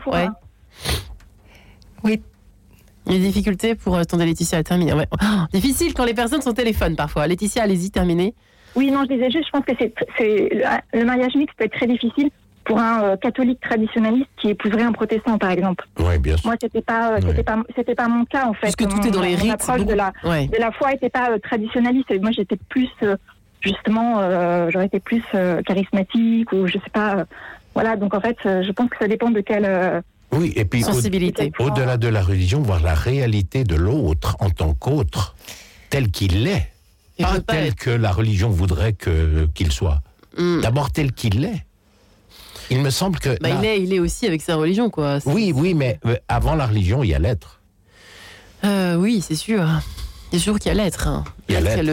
[SPEAKER 2] Oui.
[SPEAKER 1] Il y a des difficultés pour... Attendez, Laetitia a terminé. Ouais. Difficile quand les personnes sont au téléphone, parfois. Laetitia, allez-y, terminez.
[SPEAKER 4] Oui, non, je disais juste, je pense que le mariage mixte peut être très difficile pour un catholique traditionnaliste qui épouserait un protestant, par exemple.
[SPEAKER 3] Oui, bien sûr.
[SPEAKER 4] Moi, c'était pas mon cas, en fait.
[SPEAKER 1] Parce que tout est dans les rites.
[SPEAKER 4] L'approche de la foi n'était pas traditionnaliste. Moi, j'étais plus, justement, j'aurais été plus charismatique ou je sais pas. Voilà, donc en fait, je pense que ça dépend de quelle...
[SPEAKER 3] Oui, et puis
[SPEAKER 1] sensibilité.
[SPEAKER 3] Au-delà de la religion, voir la réalité de l'autre en tant qu'autre, tel qu'il est. Pas tel que la religion voudrait qu'il soit. D'abord tel qu'il est. Il me semble que...
[SPEAKER 1] il est aussi avec sa religion, quoi.
[SPEAKER 3] Oui, mais avant la religion, il y a l'être.
[SPEAKER 1] Oui, c'est sûr. C'est sûr qu'il y a l'être.
[SPEAKER 3] Il y a l'être.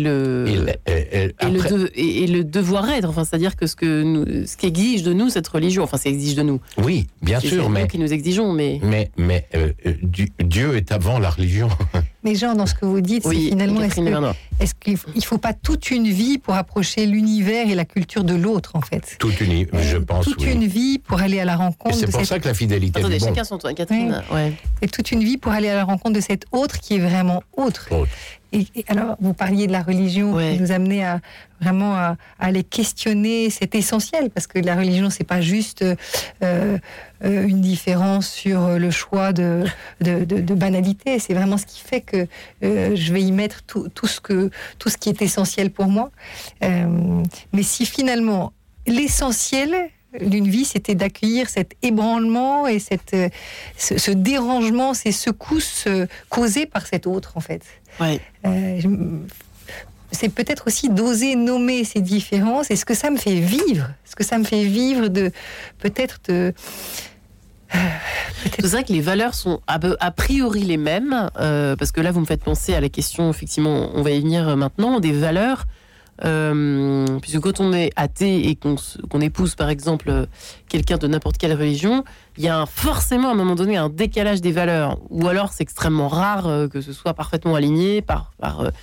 [SPEAKER 1] Et le devoir-être. Enfin, c'est-à-dire que ce qu'exige de nous cette religion, enfin, ça exige de nous.
[SPEAKER 3] Oui, bien sûr, mais...
[SPEAKER 1] C'est nous qui nous exigeons, mais...
[SPEAKER 3] Dieu est avant la religion.
[SPEAKER 2] Mais Jean, dans ce que vous dites, c'est finalement, est-ce qu'il ne faut pas toute une vie pour approcher l'univers et la culture de l'autre, en fait?
[SPEAKER 3] Toute
[SPEAKER 2] une vie pour aller à la rencontre.
[SPEAKER 3] Et c'est pour ça que la fidélité.
[SPEAKER 1] Attendez, chacun son tour, Catherine.
[SPEAKER 2] Et toute une vie pour aller à la rencontre de cet autre qui est vraiment autre. Et alors, vous parliez de la religion qui nous amenait à vraiment à aller questionner cet essentiel, parce que la religion, c'est pas juste une différence sur le choix de banalité, c'est vraiment ce qui fait que je vais y mettre tout ce qui est essentiel pour moi. Mais si finalement l'essentiel d'une vie, c'était d'accueillir cet ébranlement et ce dérangement, ces secousses causées par cet autre, en fait. C'est peut-être aussi d'oser nommer ces différences et ce que ça me fait vivre.
[SPEAKER 1] C'est vrai que les valeurs sont a priori les mêmes, parce que là, vous me faites penser à la question, effectivement, on va y venir maintenant, des valeurs puisque quand on est athée et qu'on épouse par exemple quelqu'un de n'importe quelle religion, il y a forcément à un moment donné un décalage des valeurs, ou alors c'est extrêmement rare que ce soit parfaitement aligné par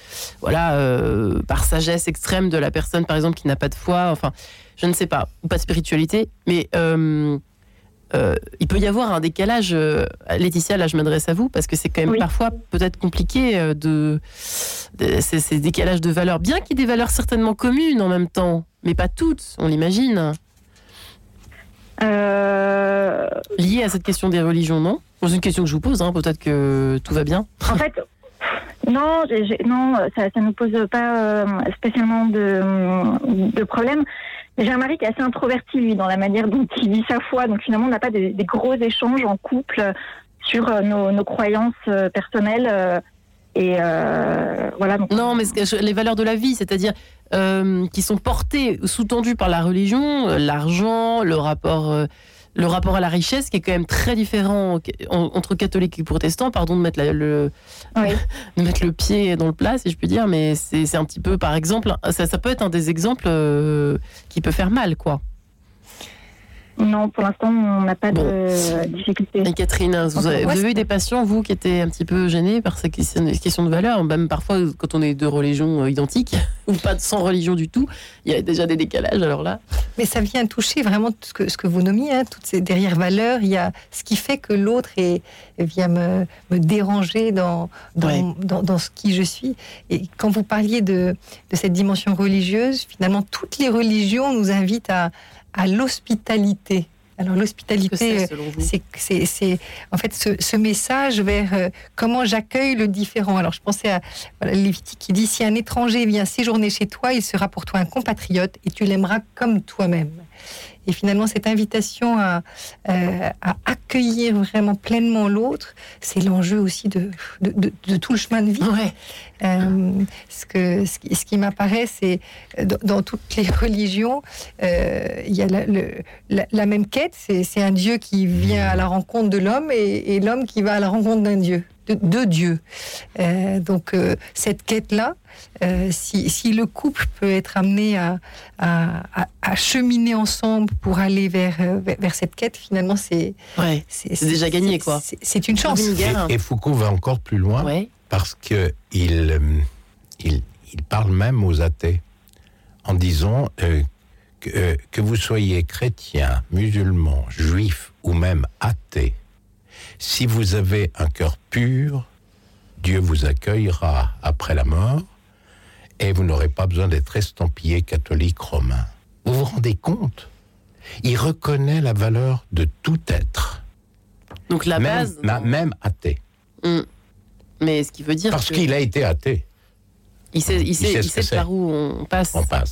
[SPEAKER 1] sagesse extrême de la personne par exemple qui n'a pas de foi, enfin je ne sais pas, ou pas de spiritualité, mais il peut y avoir un décalage. Laetitia, là je m'adresse à vous parce que c'est quand même parfois peut-être compliqué ces décalages de valeurs, bien qu'il y ait des valeurs certainement communes en même temps, mais pas toutes, on l'imagine. Liées à cette question des religions, non ? C'est une question que je vous pose, peut-être que tout va bien.
[SPEAKER 4] En fait, non, ça ne nous pose pas spécialement de problème. J'ai un mari qui est assez introverti, lui, dans la manière dont il vit sa foi. Donc, finalement, on n'a pas des gros échanges en couple sur nos croyances personnelles. Voilà. Donc... Non,
[SPEAKER 1] mais les valeurs de la vie, c'est-à-dire qui sont portées, sous-tendues par la religion, l'argent, le rapport à la richesse, qui est quand même très différent entre catholiques et protestants. Pardon de mettre de mettre le pied dans le plat, si je puis dire, mais c'est un petit peu, par exemple, ça peut être un des exemples qui peut faire mal, quoi.
[SPEAKER 4] Non, pour l'instant, on n'a pas de difficulté.
[SPEAKER 1] Et Catherine, vous avez eu des patients, vous, qui étaient un petit peu gênés par ces questions de valeur, même parfois quand on est de religions identiques, ou pas sans religion du tout, il y a déjà des décalages, alors là.
[SPEAKER 2] Mais ça vient toucher vraiment ce que vous nommiez, toutes ces derrière valeurs, il y a ce qui fait que l'autre vient me déranger dans ce qui je suis. Et quand vous parliez de cette dimension religieuse, finalement, toutes les religions nous invitent à l'hospitalité. Alors l'hospitalité, c'est en fait ce message vers comment j'accueille le différent. Alors je pensais à Lévitique qui dit: si un étranger vient séjourner chez toi, il sera pour toi un compatriote et tu l'aimeras comme toi-même. Et finalement, cette invitation à accueillir vraiment pleinement l'autre, c'est l'enjeu aussi de tout le chemin de vie. Ce qui m'apparaît, c'est dans toutes les religions, il y a la même quête. C'est un Dieu qui vient à la rencontre de l'homme et l'homme qui va à la rencontre d'un Dieu. De Dieu. Donc cette quête-là, si le couple peut être amené à cheminer ensemble pour aller vers cette quête, finalement c'est
[SPEAKER 1] déjà gagné, quoi.
[SPEAKER 2] C'est une chance.
[SPEAKER 3] Et Foucault va encore plus loin parce que il parle même aux athées en disant que vous soyez chrétien, musulman, juif ou même athée. Si vous avez un cœur pur, Dieu vous accueillera après la mort et vous n'aurez pas besoin d'être estampillé catholique romain. Vous vous rendez compte ? Il reconnaît la valeur de tout être.
[SPEAKER 1] Donc la base...
[SPEAKER 3] Même athée.
[SPEAKER 1] Mais ce qui veut dire
[SPEAKER 3] Parce qu'il a été athée.
[SPEAKER 1] Il sait par où on passe.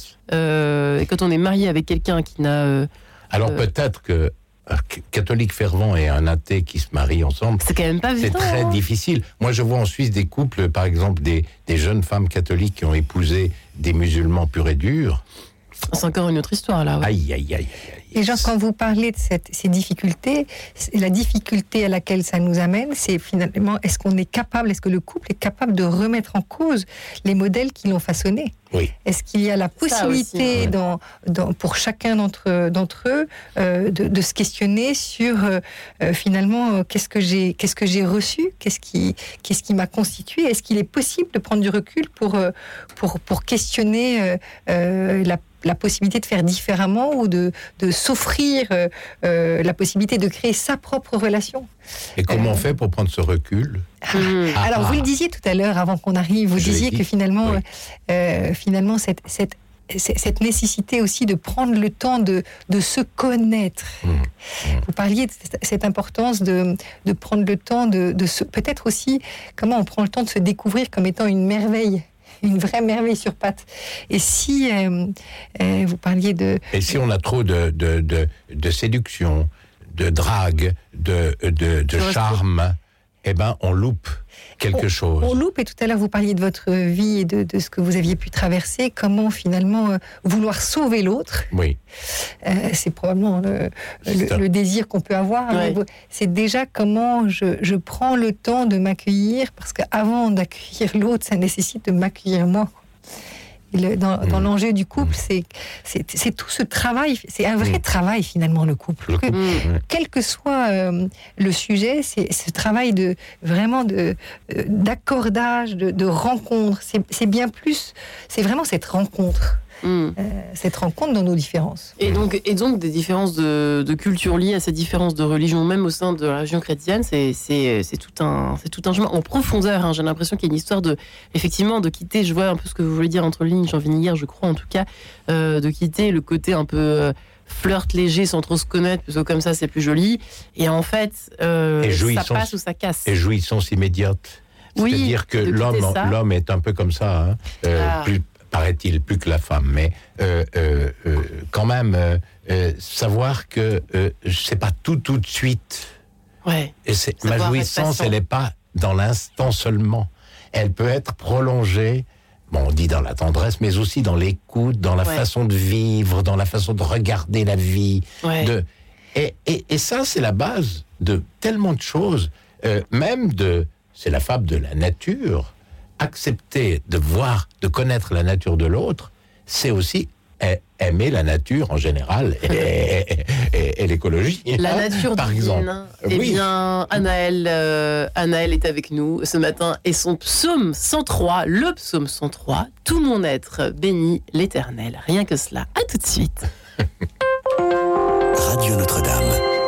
[SPEAKER 1] Et quand on est marié avec quelqu'un qui n'a...
[SPEAKER 3] Alors peut-être que un catholique fervent et un athée qui se marient ensemble,
[SPEAKER 1] c'est quand même pas évident.
[SPEAKER 3] C'est très difficile. Moi, je vois en Suisse des couples, par exemple, des jeunes femmes catholiques qui ont épousé des musulmans purs et durs.
[SPEAKER 1] C'est encore une autre histoire, là. Ouais.
[SPEAKER 3] Aïe.
[SPEAKER 2] Et Jean, quand vous parlez de ces difficultés, la difficulté à laquelle ça nous amène, c'est finalement, est-ce que le couple est capable de remettre en cause les modèles qui l'ont façonné ?
[SPEAKER 3] Oui.
[SPEAKER 2] Est-ce qu'il y a la possibilité pour chacun d'entre eux de se questionner sur finalement qu'est-ce que j'ai reçu, qu'est-ce qui m'a constitué ? Est-ce qu'il est possible de prendre du recul pour questionner la possibilité de faire différemment ou de s'offrir la possibilité de créer sa propre relation.
[SPEAKER 3] Et comment on fait pour prendre ce recul ?
[SPEAKER 2] Alors, vous le disiez tout à l'heure, avant qu'on arrive, vous disiez que finalement cette nécessité aussi de prendre le temps de se connaître. Vous parliez de cette importance de prendre le temps de se... Peut-être aussi, comment on prend le temps de se découvrir comme étant une merveille. Une vraie merveille sur pattes. Et si vous parliez de...
[SPEAKER 3] Et si on a trop de séduction, de drague, de charme, eh ben on loupe quelque chose.
[SPEAKER 2] On loupe, et tout à l'heure vous parliez de votre vie et de ce que vous aviez pu traverser, comment finalement vouloir sauver l'autre.
[SPEAKER 3] Oui.
[SPEAKER 2] C'est probablement le désir qu'on peut avoir.
[SPEAKER 1] Ouais.
[SPEAKER 2] C'est déjà comment je prends le temps de m'accueillir, parce qu'avant d'accueillir l'autre, ça nécessite de m'accueillir moi. Dans l'enjeu du couple, c'est tout ce travail, c'est un vrai travail finalement, le couple. Quel que soit le sujet, c'est ce travail d'accordage, de rencontre. C'est bien plus, c'est vraiment cette rencontre. Cette rencontre dans nos différences.
[SPEAKER 1] Et donc des différences de culture liées à ces différences de religion, même au sein de la religion chrétienne, c'est tout un chemin en profondeur. J'ai l'impression qu'il y a une histoire effectivement de quitter, je vois un peu ce que vous voulez dire entre les lignes, Jean Vinière, je crois en tout cas, de quitter le côté un peu flirt léger sans trop se connaître, parce que comme ça c'est plus joli. Et en fait, ça passe ou ça casse.
[SPEAKER 3] Et jouissance immédiate. C'est-à-dire que l'homme est un peu comme ça, paraît-il, plus que la femme, mais quand même savoir que c'est pas tout de suite.
[SPEAKER 1] Ouais.
[SPEAKER 3] Et ma jouissance, elle n'est pas dans l'instant seulement. Elle peut être prolongée. On dit dans la tendresse, mais aussi dans l'écoute, dans la façon de vivre, dans la façon de regarder la vie. Ouais. Et ça, c'est la base de tellement de choses. C'est la fable de la nature. Accepter de voir, de connaître la nature de l'autre, c'est aussi aimer la nature en général et l'écologie.
[SPEAKER 1] La nature
[SPEAKER 3] par
[SPEAKER 1] divine.
[SPEAKER 3] Exemple.
[SPEAKER 1] Eh bien, Anaëlle est avec nous ce matin et son psaume 103, le psaume 103, tout mon être bénit l'Éternel. Rien que cela. À tout de suite.
[SPEAKER 6] Radio Notre-Dame.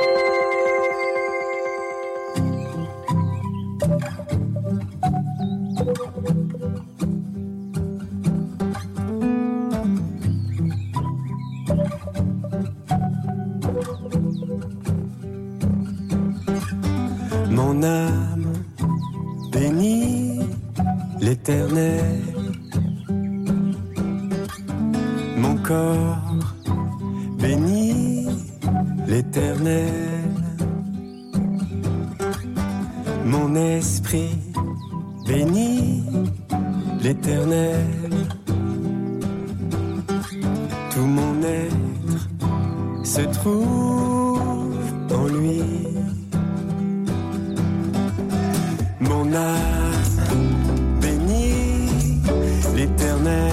[SPEAKER 11] Mon âme bénit l'Éternel, mon corps bénit l'Éternel, mon esprit bénit l'Éternel, tout mon être se trouve en lui. Mon âme bénit l'Éternel,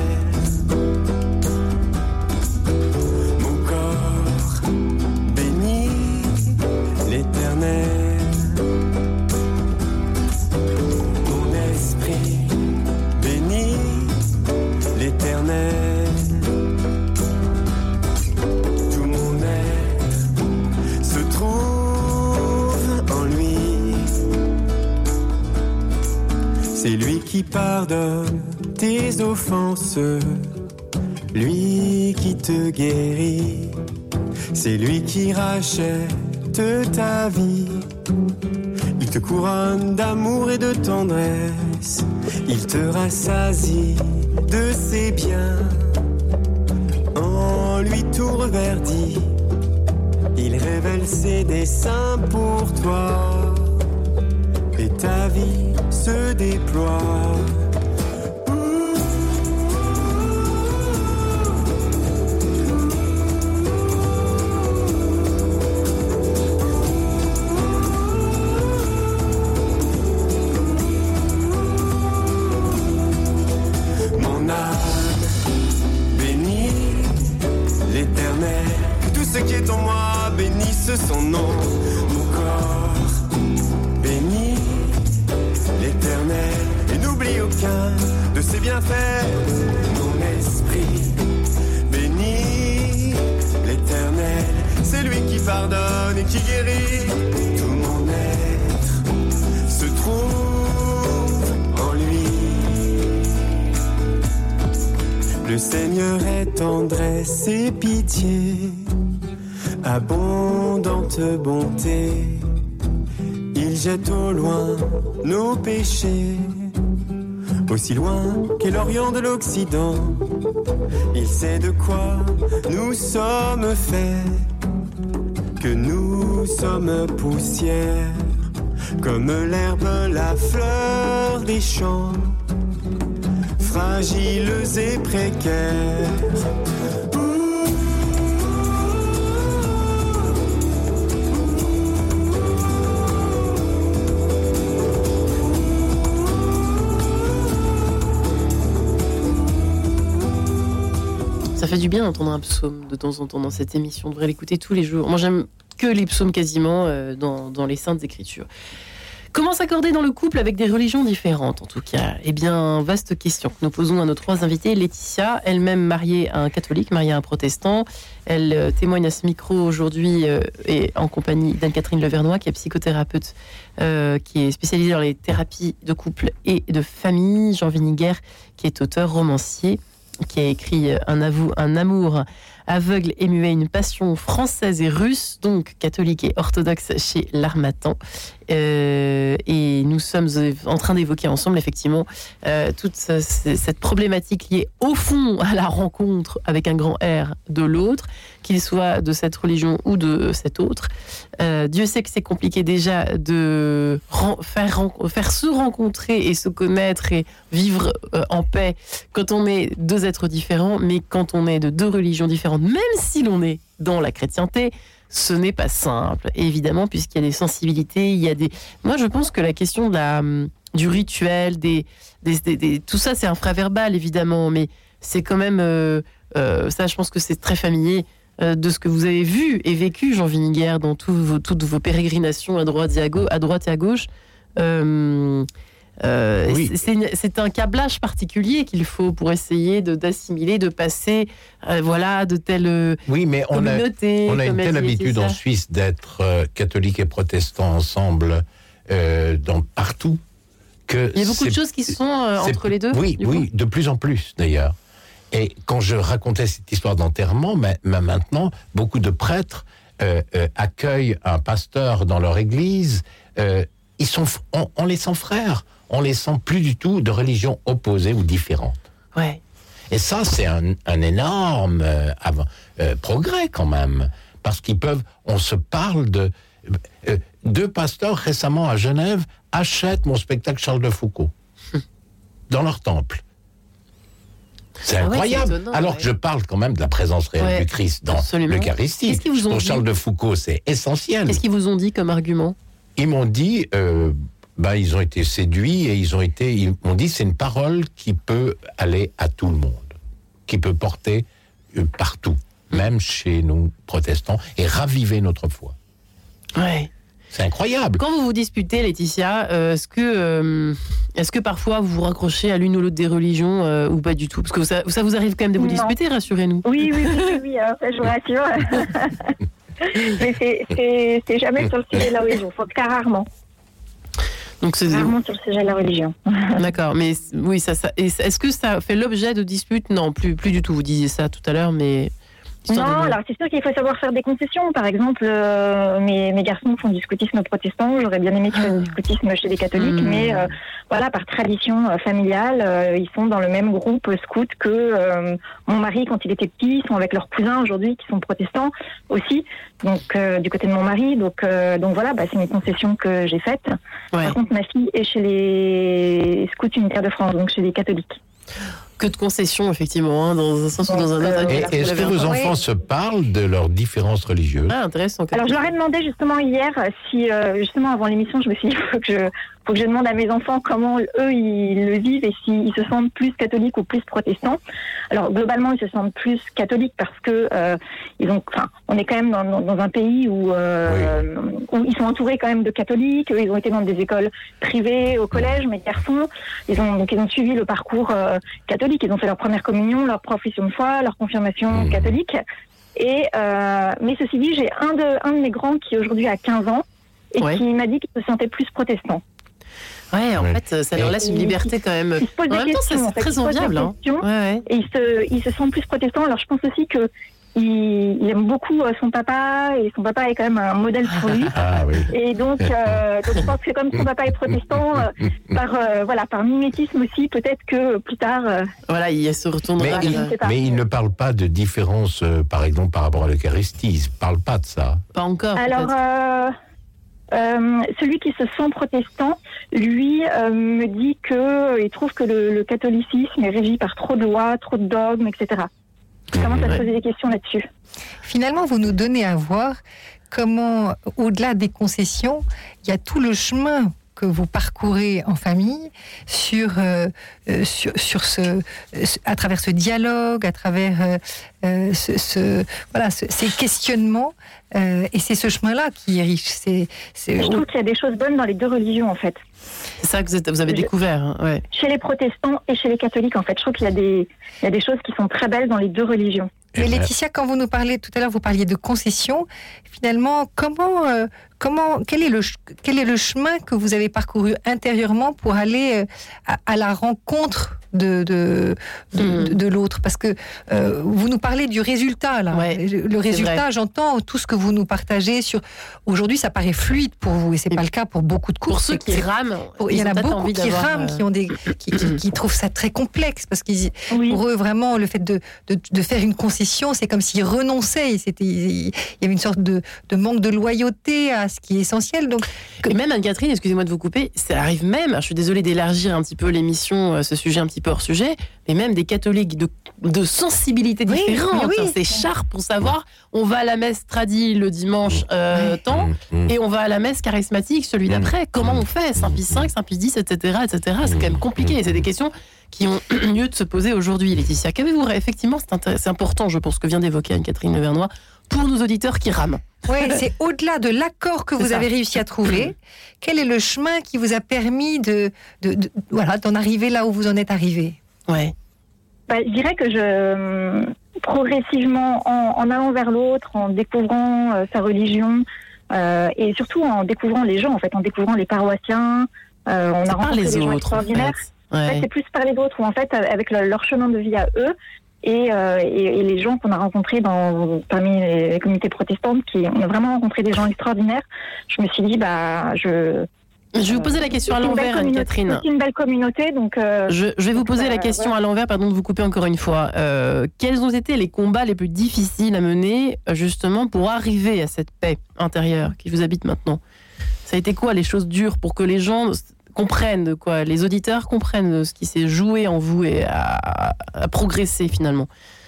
[SPEAKER 11] mon corps bénit l'Éternel, mon esprit bénit l'Éternel, tout mon être se trouve en lui. C'est lui qui pardonne tes offenses, lui qui te guérit. C'est lui qui rachète ta vie. Il te couronne d'amour et de tendresse. Il te rassasie de ses biens. En lui tout reverdit. Il révèle ses desseins pour toi. Et ta vie se déploie. Mon âme bénit l'Éternel, que tout ce qui est en moi bénisse son nom. Mon corps bénit l'Éternel, et n'oublie aucun de ses bienfaits. Mon esprit bénit l'Éternel, c'est lui qui pardonne et qui guérit. Tout mon être se trouve en lui. Le Seigneur est tendresse et pitié, abondante bonté. Il jette au loin nos péchés, aussi loin qu'est l'Orient de l'Occident. Il sait de quoi nous sommes faits, que nous sommes poussière, comme l'herbe, la fleur des champs, fragiles et précaires.
[SPEAKER 1] Ça fait du bien d'entendre un psaume de temps en temps dans cette émission. On devrait l'écouter tous les jours. Moi, j'aime que les psaumes quasiment dans les Saintes Écritures. Comment s'accorder dans le couple avec des religions différentes, en tout cas ? Eh bien, vaste question que nous posons à nos 3 invités. Laetitia, elle-même mariée à un catholique, mariée à un protestant. Elle témoigne à ce micro aujourd'hui et en compagnie d'Anne-Catherine Levernois, qui est psychothérapeute, qui est spécialisée dans les thérapies de couple et de famille. Jean Winiger, qui est auteur, romancier, qui a écrit un amour aveugle et muet, une passion française et russe, donc catholique et orthodoxe chez l'Harmattan. Et nous sommes en train d'évoquer ensemble effectivement toute cette problématique liée au fond à la rencontre avec un grand R de l'autre, qu'il soit de cette religion ou de cette autre. Dieu sait que c'est compliqué déjà de faire se rencontrer et se connaître et vivre en paix quand on est 2 êtres différents, mais quand on est de 2 religions différentes, même si l'on est dans la chrétienté, ce n'est pas simple, évidemment, puisqu'il y a des sensibilités, il y a des... Moi, je pense que la question du rituel, tout ça, c'est infraverbal, évidemment, mais c'est quand même... ça, je pense que c'est très familier de ce que vous avez vu et vécu, Jean Winiger, dans toutes vos pérégrinations à droite et à gauche. Oui. C'est un câblage particulier qu'il faut pour essayer d'assimiler, de passer de telle
[SPEAKER 3] oui, mais
[SPEAKER 1] communauté.
[SPEAKER 3] On a une telle habitude en Suisse d'être catholiques et protestants ensemble partout.
[SPEAKER 1] Il y a beaucoup de choses qui sont entre les deux.
[SPEAKER 3] Oui, de plus en plus d'ailleurs. Et quand je racontais cette histoire d'enterrement, maintenant, beaucoup de prêtres accueillent un pasteur dans leur église. On les sent frères. On les sent plus du tout de religions opposées ou différentes.
[SPEAKER 1] Ouais.
[SPEAKER 3] Et ça, c'est un énorme progrès quand même. Parce on se parle de... 2 pasteurs récemment à Genève achètent mon spectacle Charles de Foucault dans leur temple. C'est incroyable.
[SPEAKER 1] C'est étonnant,
[SPEAKER 3] alors que je parle quand même de la présence réelle du Christ dans l'Eucharistie. Pour Charles de Foucault, c'est essentiel.
[SPEAKER 1] Qu'est-ce qu'ils vous ont dit comme argument ?
[SPEAKER 3] Ils m'ont dit... ils ont été séduits et ils m'ont dit c'est une parole qui peut aller à tout le monde, qui peut porter partout, même chez nous protestants, et raviver notre foi.
[SPEAKER 1] Ouais.
[SPEAKER 3] C'est incroyable.
[SPEAKER 1] Quand vous vous disputez, Laetitia, est-ce que parfois vous vous raccrochez à l'une ou l'autre des religions ou pas du tout ? Parce que ça vous arrive quand même de vous disputer, rassurez-nous.
[SPEAKER 4] Oui, ça je vous rassure. Mais c'est jamais sur le sujet de la religion, faut très rarement.
[SPEAKER 1] Donc c'est
[SPEAKER 4] rarement sur le sujet de la religion.
[SPEAKER 1] D'accord, mais oui, est-ce que ça fait l'objet de disputes ? Non, plus du tout. Vous disiez ça tout à l'heure, mais...
[SPEAKER 4] Non, alors c'est sûr qu'il faut savoir faire des concessions. Par exemple, mes garçons font du scoutisme protestant. J'aurais bien aimé qu'ils fassent du scoutisme chez les catholiques, mais par tradition familiale, ils sont dans le même groupe scout que mon mari quand il était petit. Ils sont avec leurs cousins aujourd'hui qui sont protestants aussi, donc du côté de mon mari. Donc voilà, c'est une concession que j'ai faite. Ouais. Par contre, ma fille est chez les scouts unitaires de France, donc chez les catholiques.
[SPEAKER 1] Que de concessions, effectivement, dans un sens ou dans un autre.
[SPEAKER 3] Et est-ce que vos enfants se parlent de leurs différences religieuses ?
[SPEAKER 1] Intéressant.
[SPEAKER 4] Alors, je leur ai demandé justement hier, si justement avant l'émission, je me suis dit, faut que je demande à mes enfants comment eux ils le vivent et s'ils se sentent plus catholiques ou plus protestants. Alors, globalement, ils se sentent plus catholiques parce que on est quand même dans un pays où ils sont entourés quand même de catholiques. Ils ont été dans des écoles privées au collège, mes garçons. Ils ont suivi le parcours catholique. Ils ont fait leur première communion, leur profession de foi, leur confirmation catholique. Et mais ceci dit, j'ai un de mes grands qui aujourd'hui a 15 ans et qui m'a dit qu'il se sentait plus protestant.
[SPEAKER 1] Ouais, en fait, ça leur laisse une liberté quand même.
[SPEAKER 4] En même temps,
[SPEAKER 1] c'est très enviable.
[SPEAKER 4] Et il se sent plus protestant. Alors, je pense aussi que il aime beaucoup son papa, et son papa est quand même un modèle pour lui. Et donc je pense que comme son papa est protestant, par mimétisme aussi, peut-être que plus tard...
[SPEAKER 1] il se retournera.
[SPEAKER 3] Mais il ne parle pas de différence, par exemple, par rapport à l'Eucharistie. Il ne parle pas de ça.
[SPEAKER 1] Pas encore.
[SPEAKER 4] Alors... celui qui se sent protestant, lui, me dit qu'il trouve que le catholicisme est régi par trop de lois, trop de dogmes, etc. Je commence à se poser des questions là-dessus.
[SPEAKER 2] Finalement, vous nous donnez à voir comment, au-delà des concessions, il y a tout le chemin que vous parcourez en famille à travers ce dialogue, à travers ces questionnements. Et c'est ce chemin-là qui est riche.
[SPEAKER 4] Je trouve qu'il y a des choses bonnes dans les deux religions, en fait.
[SPEAKER 1] C'est ça que vous avez découvert. Hein, ouais.
[SPEAKER 4] Chez les protestants et chez les catholiques, en fait. Je trouve qu'il y a des choses qui sont très belles dans les deux religions.
[SPEAKER 2] Mais Laetitia, quand vous nous parliez tout à l'heure, vous parliez de concessions. Finalement, quel est le chemin que vous avez parcouru intérieurement pour aller à la rencontre de l'autre? Parce que vous nous parlez du résultat, là. Ouais, le résultat, j'entends tout ce que vous nous partagez sur. Aujourd'hui, ça paraît fluide pour vous, et c'est pas le cas pour beaucoup de courses.
[SPEAKER 1] Pour ceux qui rament,
[SPEAKER 2] il y en a beaucoup qui rament, qui trouvent ça très complexe, parce que pour eux, vraiment, le fait de faire une concession, c'est comme s'ils renonçaient. Il y avait une sorte de manque de loyauté à ce qui est essentiel. Donc,
[SPEAKER 1] et même Anne-Catherine, excusez-moi de vous couper, ça arrive même. Je suis désolée d'élargir un petit peu l'émission, ce sujet un petit peu hors sujet, mais même des catholiques de sensibilités différentes s'écharpent pour savoir, on va à la messe tradie le dimanche tant, et on va à la messe charismatique celui d'après. Comment on fait? Saint Pie V, Saint Pie X, etc. C'est quand même compliqué. C'est des questions qui ont lieu de se poser aujourd'hui. Laetitia, qu'avez-vous effectivement, c'est important, je pense, que vient d'évoquer Anne-Catherine Levernois, pour nos auditeurs qui rament.
[SPEAKER 2] Oui, c'est au-delà de l'accord que vous avez réussi à trouver. Quel est le chemin qui vous a permis d'en arriver là où vous en êtes arrivé?
[SPEAKER 1] Ouais.
[SPEAKER 4] Je dirais que progressivement, en allant vers l'autre, en découvrant sa religion, et surtout en découvrant les gens, en fait, en découvrant les paroissiens, on a rencontré des gens extraordinaires. En fait, c'est plus parler d'autres, ou en fait, avec leur chemin de vie à eux, et les gens qu'on a rencontrés parmi les communautés protestantes, on a vraiment rencontré des gens extraordinaires. Je me suis dit,
[SPEAKER 1] je vais vous poser la question à l'envers, Anne-Catherine.
[SPEAKER 4] C'est une belle communauté, donc.
[SPEAKER 1] Je vais vous poser la question à l'envers, pardon de vous couper encore une fois. Quels ont été les combats les plus difficiles à mener, justement, pour arriver à cette paix intérieure qui vous habite maintenant? Ça a été quoi les choses dures pour que les gens comprennent, les auditeurs comprennent ce qui s'est joué en vous et à progresser finalement?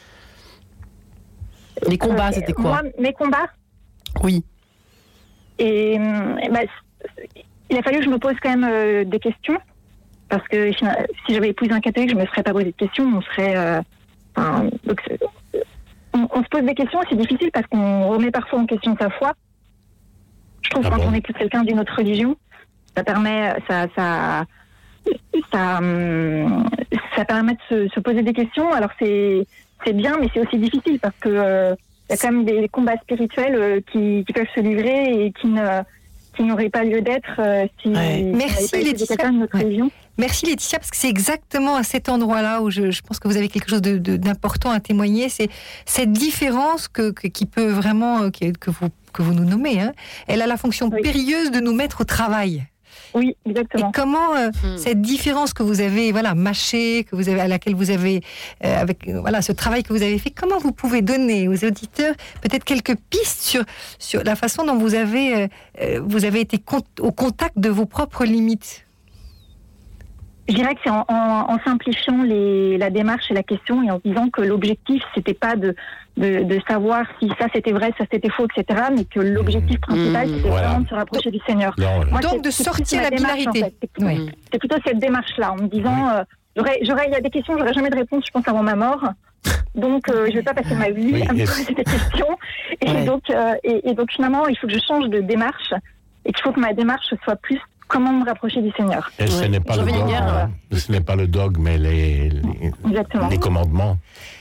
[SPEAKER 1] Les combats, c'était quoi?
[SPEAKER 4] Moi, mes combats?
[SPEAKER 1] Oui.
[SPEAKER 4] Il a fallu que je me pose quand même des questions, parce que si j'avais épousé un catholique, je ne me serais pas posé de questions. On se pose des questions, et c'est difficile parce qu'on remet parfois en question sa foi. Je trouve quand on écoute quelqu'un d'une autre religion, ça permet de se poser des questions. Alors c'est bien, mais c'est aussi difficile parce que il y a quand même des combats spirituels qui peuvent se livrer et qui n'aurait pas lieu d'être si
[SPEAKER 2] Merci Laetitia.
[SPEAKER 4] De notre religion.
[SPEAKER 2] Merci Laetitia, parce que c'est exactement à cet endroit-là où je pense que vous avez quelque chose d'important à témoigner. C'est cette différence qui peut vraiment, que vous nous nommez, hein, elle a la fonction périlleuse de nous mettre au travail.
[SPEAKER 4] Oui, exactement.
[SPEAKER 2] Et comment cette différence que vous avez mâchée, à laquelle vous avez, avec ce travail que vous avez fait, comment vous pouvez donner aux auditeurs peut-être quelques pistes sur la façon dont vous avez été au contact de vos propres limites?
[SPEAKER 4] Je dirais que c'est en simplifiant la démarche et la question, et en disant que l'objectif, c'était pas de savoir si ça c'était vrai, ça c'était faux, etc., mais que l'objectif principal, c'était vraiment de se rapprocher du Seigneur.
[SPEAKER 2] Moi, donc de sortir la binarité. En fait.
[SPEAKER 4] C'est plutôt cette démarche-là, en me disant, il y a des questions, j'aurai jamais de réponse, je pense, avant ma mort. Donc, je vais pas passer ma vie à me poser des questions. Et donc, finalement, il faut que je change de démarche, et qu'il faut que ma démarche soit plus comment me rapprocher du Seigneur.
[SPEAKER 3] Et ce n'est pas le dogme, mais les commandements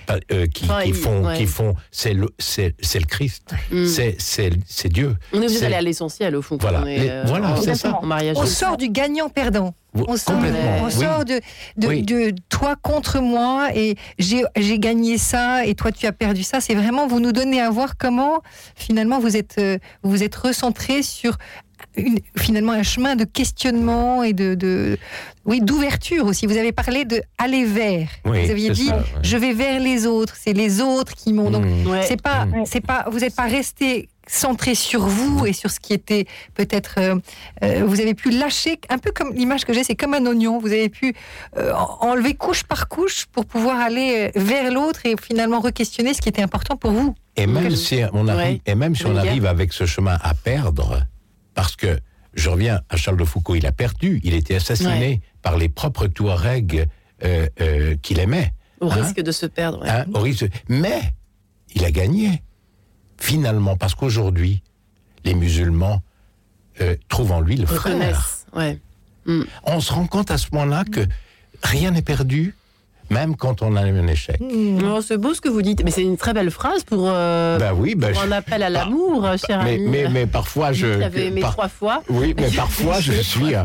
[SPEAKER 3] qui font, c'est le Christ, c'est Dieu.
[SPEAKER 1] On est obligé d'aller à l'essentiel au fond.
[SPEAKER 3] Voilà, c'est ça.
[SPEAKER 2] On sort du gagnant-perdant. On sort de toi contre moi, et j'ai gagné ça et toi tu as perdu ça. C'est vraiment, vous nous donnez à voir comment finalement vous êtes recentré sur finalement un chemin de questionnement et d'ouverture aussi. Vous avez parlé de aller vers. Vous aviez dit je vais vers les autres. C'est les autres qui m'ont. Donc c'est pas vous n'êtes pas resté centré sur vous et sur ce qui était peut-être. Vous avez pu lâcher, un peu comme l'image que j'ai, c'est comme un oignon. Vous avez pu enlever couche par couche pour pouvoir aller vers l'autre et finalement re-questionner ce qui était important pour vous.
[SPEAKER 3] Et même si on arrive avec ce chemin à perdre, parce que je reviens à Charles de Foucault, il a perdu, il était assassiné par les propres Touaregs qu'il aimait.
[SPEAKER 1] Au risque de se perdre.
[SPEAKER 3] Au risque. Mais il a gagné, finalement, parce qu'aujourd'hui, les musulmans trouvent en lui le frère. On se rend compte à ce moment-là que rien n'est perdu, même quand on a un échec.
[SPEAKER 1] Oh, c'est beau ce que vous dites, mais c'est une très belle phrase pour un appel à l'amour, cher ami.
[SPEAKER 3] Mais parfois, je
[SPEAKER 1] l'avais aimé 3 fois.
[SPEAKER 3] Oui, mais parfois, je suis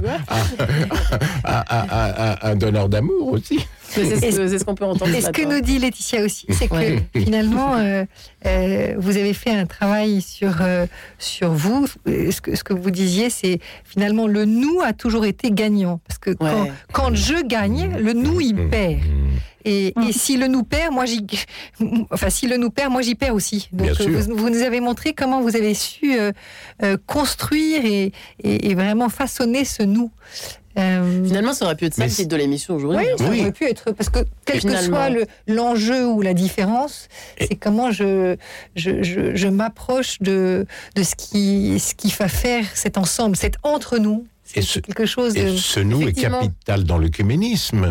[SPEAKER 3] un donneur d'amour aussi.
[SPEAKER 1] C'est ce qu'on peut entendre.
[SPEAKER 2] Et ce que nous dit Laetitia aussi, c'est que finalement, vous avez fait un travail sur vous. Ce que vous disiez, c'est finalement le nous a toujours été gagnant. Parce que quand je gagne, le nous, il perd. Et si le nous perd, moi j'y perds aussi. Donc vous nous avez montré comment vous avez su construire et vraiment façonner ce nous.
[SPEAKER 1] Finalement, ça aurait pu être ça le titre de l'émission aujourd'hui.
[SPEAKER 2] Oui, ça aurait pu être, parce que quel que soit l'enjeu ou la différence, c'est comment je m'approche de ce qui va faire cet ensemble, cet entre nous. Quelque chose de...
[SPEAKER 3] ce nous est capital dans l'œcuménisme.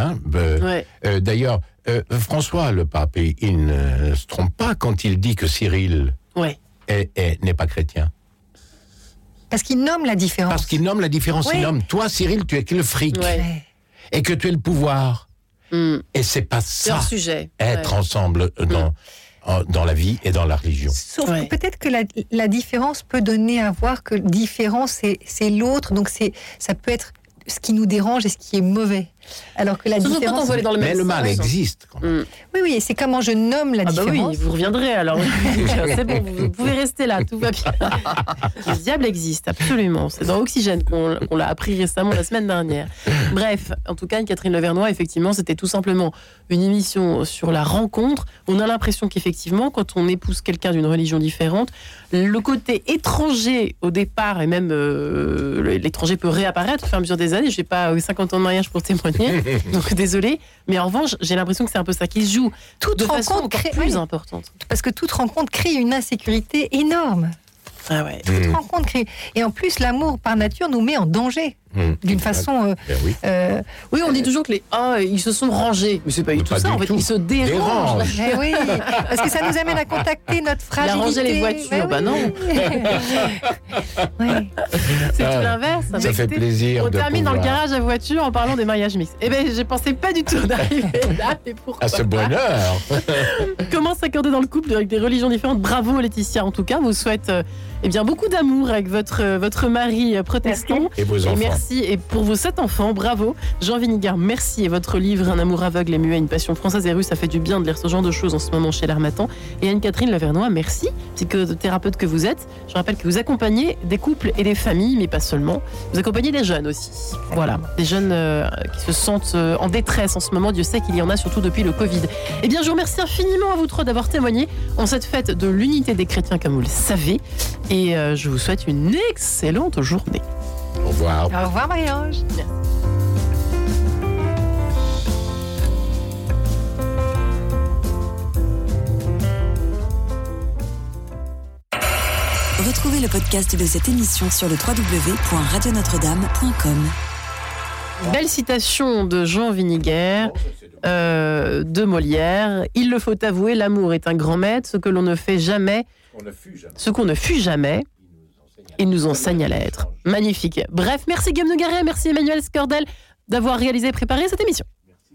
[SPEAKER 3] D'ailleurs, François, le pape, il ne se trompe pas quand il dit que Cyril n'est pas chrétien.
[SPEAKER 2] Parce qu'il nomme la différence.
[SPEAKER 3] Parce qu'il nomme la différence. Il nomme, toi, Cyril, tu es que le fric. Et que tu es le pouvoir. Et c'est pas ça.
[SPEAKER 1] Leur sujet.
[SPEAKER 3] Être ensemble dans la vie et dans la religion.
[SPEAKER 2] Sauf que peut-être que la différence peut donner à voir que différent, c'est l'autre. Donc ça peut être ce qui nous dérange et ce qui est mauvais. Alors que la différence...
[SPEAKER 3] Mais le mal existe quand même.
[SPEAKER 2] Oui, c'est comment je nomme la différence.
[SPEAKER 1] Oui, vous reviendrez alors. C'est bon, vous pouvez rester là, tout va bien. Le diable existe, absolument. C'est dans Oxygène qu'on l'a appris récemment la semaine dernière. Bref, en tout cas, Anne-Catherine Lavernois, effectivement, c'était tout simplement une émission sur la rencontre. On a l'impression qu'effectivement, quand on épouse quelqu'un d'une religion différente, le côté étranger au départ, et même l'étranger peut réapparaître au fur et à mesure des années. Je n'ai pas 50 ans de mariage pour témoigner. Donc désolé, mais en revanche, j'ai l'impression que c'est un peu ça qui se joue de façon encore plus importante.
[SPEAKER 2] Parce que toute rencontre crée une insécurité énorme. Toute rencontre crée. Et en plus, l'amour par nature nous met en danger. D'une façon...
[SPEAKER 1] oui, on dit toujours que ils se sont rangés. Mais c'est pas du tout ça, en fait, ils se dérangent.
[SPEAKER 2] Oui, parce que ça nous amène à contacter notre fragilité.
[SPEAKER 1] Il a rangé les voitures, non. C'est tout l'inverse.
[SPEAKER 3] Ça fait plaisir.
[SPEAKER 1] On termine dans le garage à voiture en parlant des mariages mixtes. Eh bien, je pensais pas du tout d'arriver là, mais pourquoi
[SPEAKER 3] à ce bonheur.
[SPEAKER 1] Comment s'accorder dans le couple avec des religions différentes? Bravo Laetitia, en tout cas, vous souhaite beaucoup d'amour avec votre mari protestant.
[SPEAKER 3] Et vos enfants.
[SPEAKER 1] Merci. Et pour vos 7 enfants, bravo. Jean Vinigard, merci. Et votre livre, Un amour aveugle et muet, une passion française et russe, ça fait du bien de lire ce genre de choses en ce moment chez l'Harmattan. Et Anne-Catherine Lavernois, merci. Psychothérapeute que vous êtes. Je rappelle que vous accompagnez des couples et des familles, mais pas seulement. Vous accompagnez des jeunes aussi. Voilà, des jeunes qui se sentent en détresse en ce moment. Dieu sait qu'il y en a, surtout depuis le Covid. Eh bien, je vous remercie infiniment à vous 3 d'avoir témoigné en cette fête de l'unité des chrétiens, comme vous le savez. Et je vous souhaite une excellente journée.
[SPEAKER 3] Au revoir.
[SPEAKER 2] Au revoir, Marie-Ange.
[SPEAKER 12] Retrouvez le podcast de cette émission sur le www.radionotre-dame.com.
[SPEAKER 1] Belle citation de Jean Vinigard, de Molière. Il le faut avouer, l'amour est un grand maître, ce que l'on ne fait jamais, ce qu'on ne fut jamais. Il nous enseigne à l'être. Magnifique. Bref, merci Guillaume Nogaret, merci Emmanuel Scordel d'avoir réalisé et préparé cette émission.